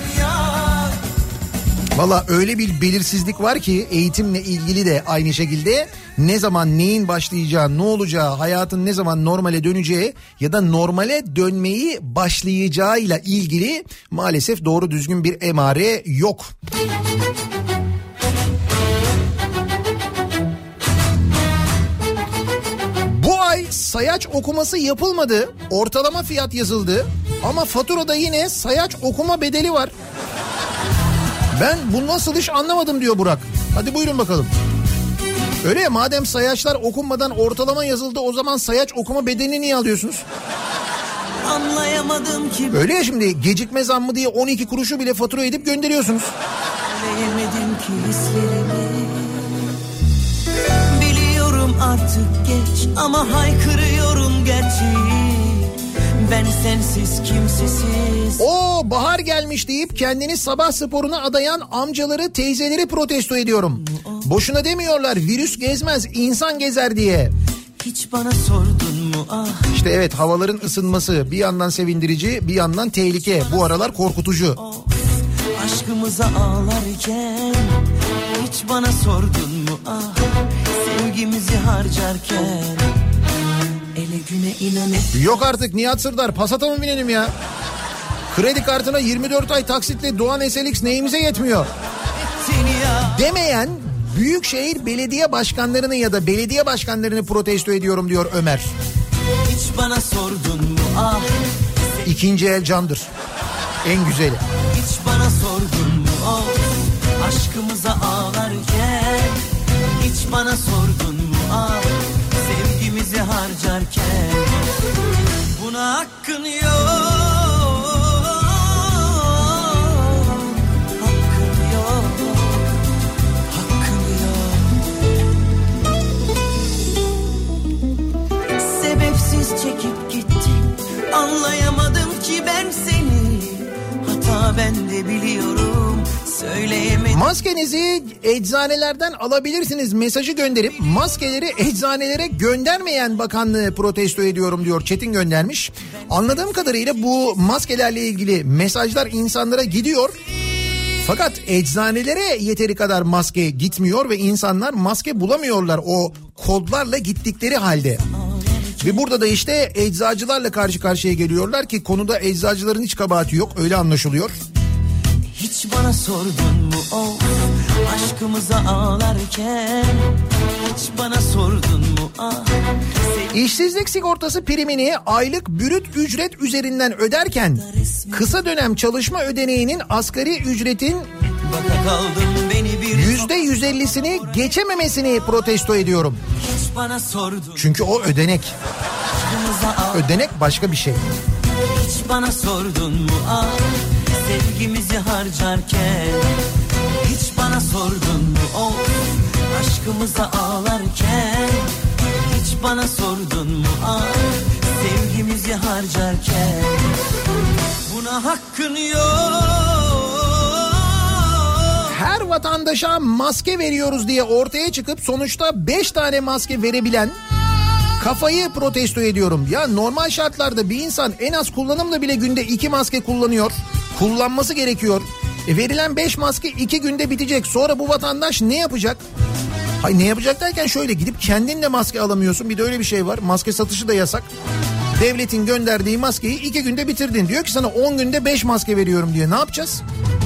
Valla öyle bir belirsizlik var ki eğitimle ilgili de aynı şekilde ne zaman neyin başlayacağı, ne olacağı, hayatın ne zaman normale döneceği ya da normale dönmeyi başlayacağıyla ilgili maalesef doğru düzgün bir emare yok. Bu ay sayaç okuması yapılmadı, ortalama fiyat yazıldı ama faturada yine sayaç okuma bedeli var. Ben bu nasıl iş anlamadım diyor Burak. Hadi buyurun bakalım. Öyle ya, madem sayaçlar okunmadan ortalama yazıldı, o zaman sayaç okuma bedelini niye alıyorsunuz? Anlayamadım ki. Öyle ya, şimdi gecikme zammı diye on iki kuruşu bile fatura edip gönderiyorsunuz. Anlayamadım ki hislerimi. Biliyorum artık geç ama haykırıyorum gerçeği. Ben sensiz kimsesiz. O bahar gelmiş deyip kendini sabah sporuna adayan amcaları, teyzeleri protesto ediyorum. Boşuna demiyorlar virüs gezmez, insan gezer diye. Hiç bana sordun mu ah? İşte evet, havaların ısınması bir yandan sevindirici, bir yandan tehlike. Bu aralar korkutucu. Of, aşkımıza ağlarken hiç bana sordun mu ah? Sevgimizi harcarken ele güne inanıp. Yok artık Nihat Sırdar, Passat'a mı binelim ya? Kredi kartına yirmi dört ay taksitle Doğan S L X neyimize yetmiyor? Demeyen büyükşehir belediye başkanlarını ya da belediye başkanlarını protesto ediyorum diyor Ömer. Hiç bana sordun mu ah? İkinci el candır. En güzeli. Hiç bana sordun mu oh? Aşkımıza ağlarken hiç bana sordun mu ah? Sevgimizi harcarken buna hakkın yok. Hakkın yok. Hakkın yok. Sebepsiz çekip gittin. Anlayamadım ki ben seni. Hata ben de biliyorum. Söyleyemedim. Maskenizi eczanelerden alabilirsiniz mesajı gönderip maskeleri eczanelere göndermeyen bakanlığı protesto ediyorum diyor. Çetin göndermiş. Anladığım kadarıyla bu maskelerle ilgili mesajlar insanlara gidiyor. Fakat eczanelere yeteri kadar maske gitmiyor ve insanlar maske bulamıyorlar o kodlarla gittikleri halde. Ve burada da işte eczacılarla karşı karşıya geliyorlar ki konuda eczacıların hiç kabahati yok, öyle anlaşılıyor. Hiç bana sordun mu oh? Aşkımıza ağlarken hiç bana sordun mu ah? İşsizlik sigortası primini aylık brüt ücret üzerinden öderken kısa dönem çalışma ödeneğinin asgari ücretin yüzde yüz ellisini geçememesini protesto ediyorum. Çünkü o ödenek. Ödenek başka bir şey. Hiç bana sordun mu ah? Sevgimizi harcarken hiç bana sordun mu of? Aşkımıza ağlarken hiç bana sordun mu ah? Sevgimizi harcarken buna hakkın yok. Her vatandaşa maske veriyoruz diye ortaya çıkıp sonuçta beş tane maske verebilen kafayı protesto ediyorum. Ya normal şartlarda bir insan en az kullanımda bile günde iki maske kullanıyor. Kullanması gerekiyor. E verilen beş maske iki günde bitecek. Sonra bu vatandaş ne yapacak? Hayır, ne yapacak derken şöyle, gidip kendin de maske alamıyorsun. Bir de öyle bir şey var. Maske satışı da yasak. Devletin gönderdiği maskeyi iki günde bitirdin. Diyor ki sana on günde beş maske veriyorum diye. Ne yapacağız?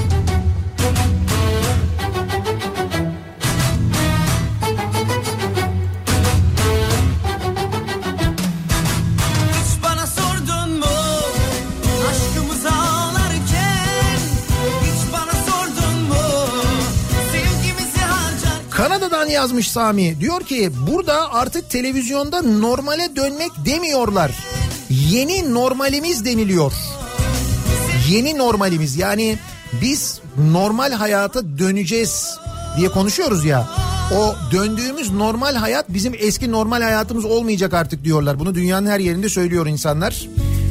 Kanada'dan yazmış Sami. Diyor ki burada artık televizyonda normale dönmek demiyorlar. Yeni normalimiz deniliyor. Yeni normalimiz, yani biz normal hayata döneceğiz diye konuşuyoruz ya. O döndüğümüz normal hayat bizim eski normal hayatımız olmayacak artık diyorlar. Bunu dünyanın her yerinde söylüyor insanlar.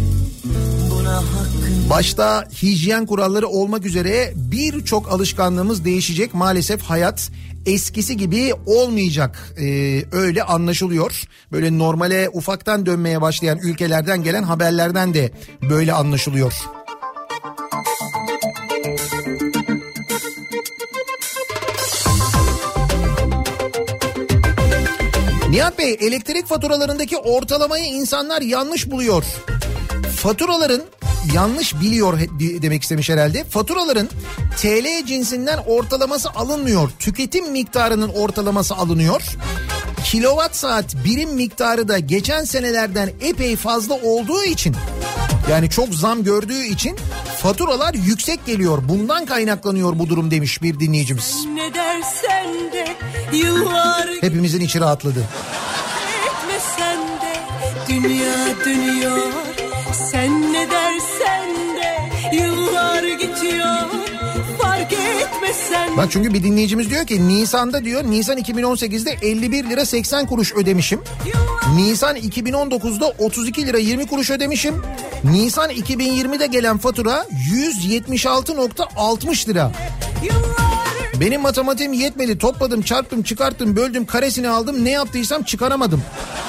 Başta hijyen kuralları olmak üzere birçok alışkanlığımız değişecek. Maalesef hayat eskisi gibi olmayacak, ee, öyle anlaşılıyor. Böyle normale ufaktan dönmeye başlayan ülkelerden gelen haberlerden de böyle anlaşılıyor. Nihat Bey, elektrik faturalarındaki ortalamayı insanlar yanlış buluyor. Faturaların yanlış biliyor demek istemiş herhalde. Faturaların T L cinsinden ortalaması alınmıyor. Tüketim miktarının ortalaması alınıyor. Kilowatt saat birim miktarı da geçen senelerden epey fazla olduğu için, yani çok zam gördüğü için faturalar yüksek geliyor. Bundan kaynaklanıyor bu durum demiş bir dinleyicimiz. Ne dersen de yıllar hepimizin içi rahatladı. etmesen de dünya dönüyor. Sen ne dersen de yıllar geçiyor. Fark etmesen. Bak, çünkü bir dinleyicimiz diyor ki Nisan'da diyor, Nisan iki bin on sekizde elli bir lira seksen kuruş ödemişim. Nisan iki bin on dokuzda otuz iki lira yirmi kuruş ödemişim. Nisan iki bin yirmide gelen fatura yüz yetmiş altı nokta altmış lira. Benim matematiğim yetmedi. Topladım, çarptım, çıkarttım, böldüm, karesini aldım. Ne yaptıysam çıkaramadım.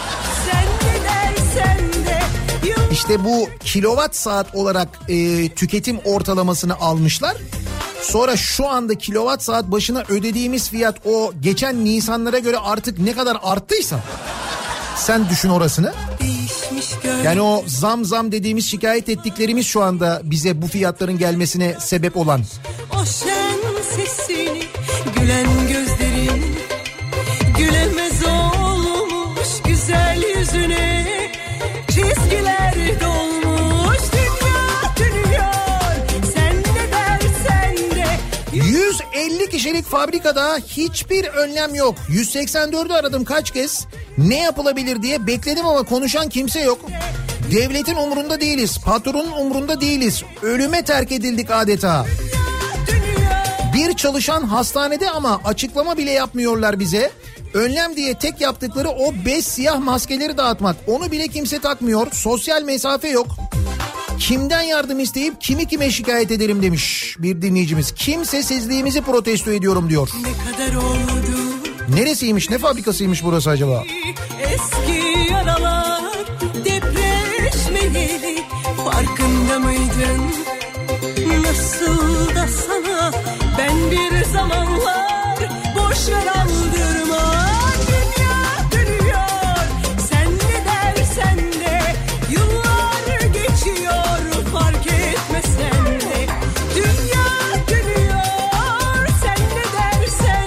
İşte bu kilowatt saat olarak e, tüketim ortalamasını almışlar. Sonra şu anda kilowatt saat başına ödediğimiz fiyat o geçen Nisanlara göre artık ne kadar arttıysa sen düşün orasını. Yani o zam zam dediğimiz, şikayet ettiklerimiz şu anda bize bu fiyatların gelmesine sebep olan. O şen sesini, gülen gözlerin, gülemez olmuş güzel yüzüne. Çizgiler dolmuş, dünya dönüyor. Sen ne dersen de. yüz elli kişilik fabrikada hiçbir önlem yok. yüz seksen dördü aradım kaç kez. Ne yapılabilir diye bekledim ama konuşan kimse yok. Devletin umurunda değiliz. Patronun umurunda değiliz. Ölüme terk edildik adeta. Bir çalışan hastanede ama açıklama bile yapmıyorlar bize. Önlem diye tek yaptıkları o beş siyah maskeleri dağıtmak. Onu bile kimse takmıyor. Sosyal mesafe yok. Kimden yardım isteyip kimi kime şikayet edelim demiş bir dinleyicimiz. Kimsesizliğimizi protesto ediyorum diyor. Ne kadar oldu? Neresiymiş, ne fabrikasıymış burası acaba? Eski yaralar depreşmeyeli, farkında mıydın? Nasıl da sana ben bir zamanlar boş ver aldırma. Dünya dönüyor, sen ne dersen de yıllar geçiyor, fark etmesen de. Dünya dönüyor, sen ne dersen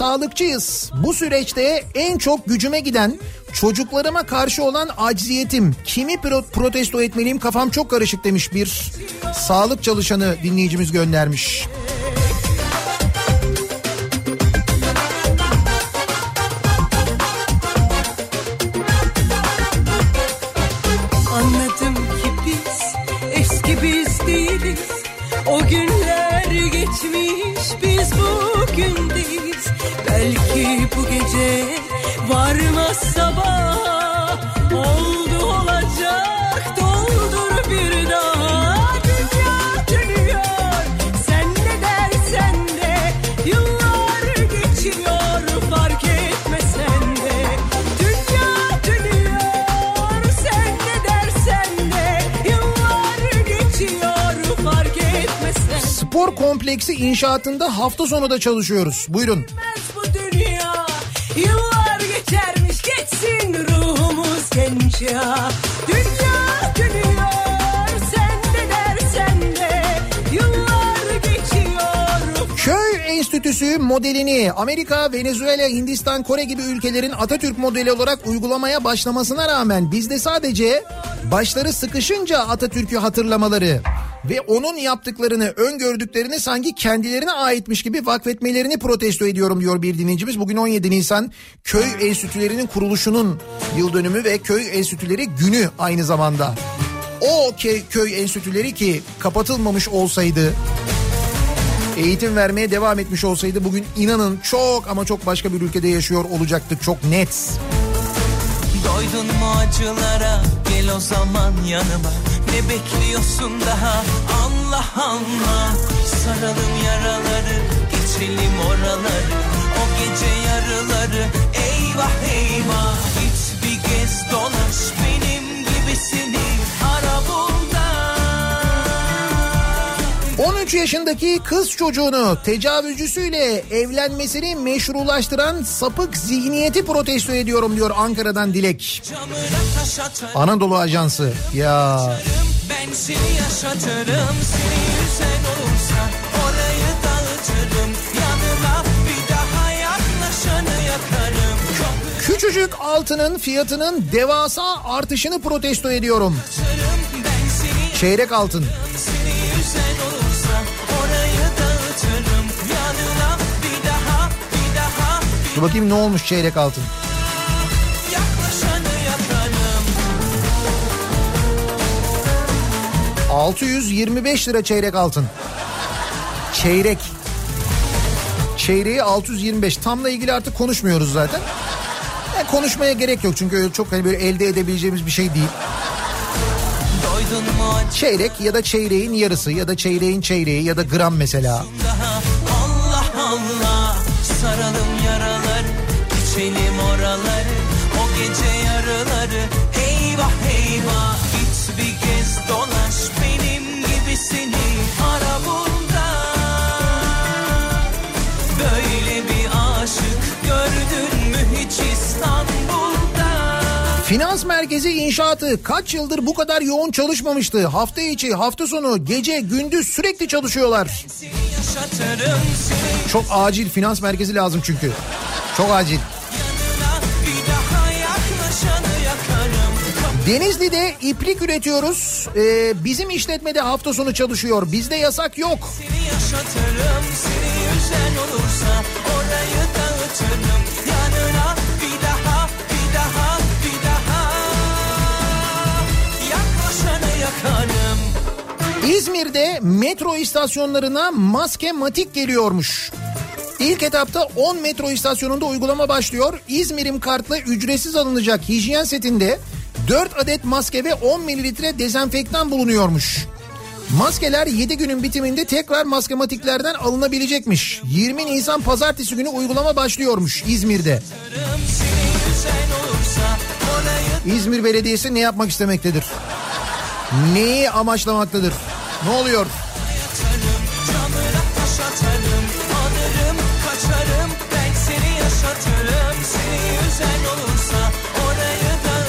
sağlıkçıyız. Bu süreçte en çok gücüme giden çocuklarıma karşı olan acziyetim. Kimi pro- protesto etmeliyim, kafam çok karışık demiş bir sağlık çalışanı dinleyicimiz göndermiş. Anladım ki biz eski biz değiliz. O günler geçmiş, biz bugündeyiz. Belki bu gece varmaz sabah. Oldu olacak, doldur bir daha. Dünya dönüyor, sen ne dersen de. Yıllar geçiyor, fark etmesen de. Dünya dönüyor, sen ne dersen de. Yıllar geçiyor, fark etmesen. Spor kompleksi inşaatında hafta sonu da çalışıyoruz. Buyurun. Bu dünya yıllar geçermiş geçsin, ruhumuz genç ya. Dünya dönüyor, sen ne dersen de. Yıllar geçiyor. Köy Enstitüsü modelini Amerika, Venezuela, Hindistan, Kore gibi ülkelerin Atatürk modeli olarak uygulamaya başlamasına rağmen bizde sadece başları sıkışınca Atatürk'ü hatırlamaları ve onun yaptıklarını, öngördüklerini sanki kendilerine aitmiş gibi vakfetmelerini protesto ediyorum diyor bir dinleyicimiz. Bugün on yedi Nisan köy enstitülerinin kuruluşunun yıl dönümü ve köy enstitüleri günü aynı zamanda. O köy, köy enstitüleri ki kapatılmamış olsaydı, eğitim vermeye devam etmiş olsaydı bugün inanın çok ama çok başka bir ülkede yaşıyor olacaktık, çok net. Doydun mu acılara, gel o zaman yanıma. Ne bekliyorsun daha, Allah Allah. Saralım yaraları, geçelim oraları. O gece yarıları, eyvah eyvah. Git bir gez dolaş, benim gibisini ara bulda. on üç yaşındaki kız çocuğunu tecavüzcüsüyle evlenmesini meşrulaştıran sapık zihniyeti protesto ediyorum diyor Ankara'dan Dilek. Anadolu Ajansı. Ya. Ben seni yaşatırım, seni yüzen olursa orayı dağıtırım. Yanıma bir daha yaklaşanı yakarım. Çok Küçücük altının fiyatının devasa artışını protesto ediyorum. ben seni Çeyrek altın. seni yüzen olursa orayı dağıtırım. Yanına bir daha bir daha Dur bakayım ne olmuş çeyrek altın. yaklaşanı yakarım. altı yüz yirmi beş lira çeyrek altın. Çeyrek. Çeyreği altı yüz yirmi beş. Tamla ilgili artık konuşmuyoruz zaten. Yani konuşmaya gerek yok çünkü öyle çok hani böyle elde edebileceğimiz bir şey değil. Doydun mu Çeyrek ya da çeyreğin yarısı ya da çeyreğin çeyreği ya da gram mesela. daha, Allah Allah. Saralım yaraları, geçelim oraları. O gece yarıları, eyvah eyvah. Git bir gez dolaş, benim gibisini ara bulda. Böyle bir aşık gördün mü hiç İstanbul'da? Finans merkezi inşaatı kaç yıldır bu kadar yoğun çalışmamıştı. Hafta içi, hafta sonu, gece, gündüz sürekli çalışıyorlar. Seni yaşatırım, seni Çok acil finans merkezi lazım çünkü. Çok acil. yanına bir daha yaklaşanı yakarım. Denizli'de iplik üretiyoruz. Ee, bizim işletmede hafta sonu çalışıyor. Bizde yasak yok. Seni yaşatırım, seni yüzen olursa orayı dağıtırım. Yanına bir daha, bir daha, bir daha yaklaşanı yakarım. İzmir'de metro istasyonlarına maskematik geliyormuş. İlk etapta on metro istasyonunda uygulama başlıyor. İzmir'im kartla ücretsiz alınacak hijyen setinde dört adet maske ve on mililitre dezenfektan bulunuyormuş. Maskeler yedi günün bitiminde tekrar maskematiklerden alınabilecekmiş. yirmi Nisan pazartesi günü uygulama başlıyormuş İzmir'de. İzmir Belediyesi ne yapmak istemektedir? Neyi amaçlamaktadır? Ne oluyor?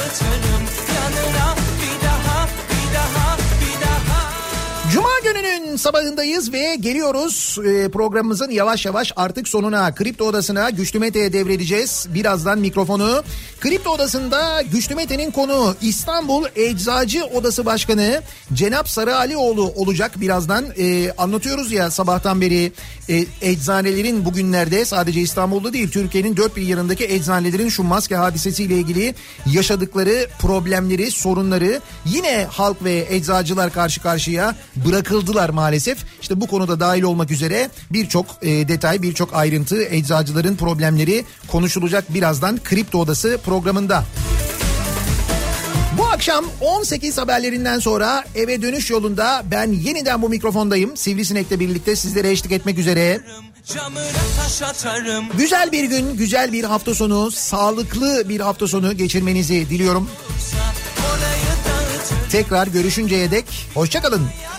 Cuma gününün Perşembenin sabahındayız ve geliyoruz e, programımızın yavaş yavaş artık sonuna. Kripto Odası'na Güçlü Mete'ye devredeceğiz birazdan mikrofonu. Kripto Odası'nda Güçlü Mete'nin konuğu İstanbul Eczacı Odası Başkanı Cenap Sarıalioğlu olacak birazdan. E, anlatıyoruz ya sabahtan beri e, eczanelerin bugünlerde sadece İstanbul'da değil Türkiye'nin dört bir yanındaki eczanelerin şu maske hadisesiyle ilgili yaşadıkları problemleri, sorunları yine halk ve eczacılar karşı karşıya bırakıldılar maalesef. İşte bu konuda dahil olmak üzere birçok e, detay, birçok ayrıntı, eczacıların problemleri konuşulacak birazdan Kripto Odası programında. Bu akşam on sekiz haberlerinden sonra eve dönüş yolunda ben yeniden bu mikrofondayım. Sivrisinek'le birlikte sizlere eşlik etmek üzere. Güzel bir gün, güzel bir hafta sonu, sağlıklı bir hafta sonu geçirmenizi diliyorum. Tekrar görüşünceye dek hoşça kalın.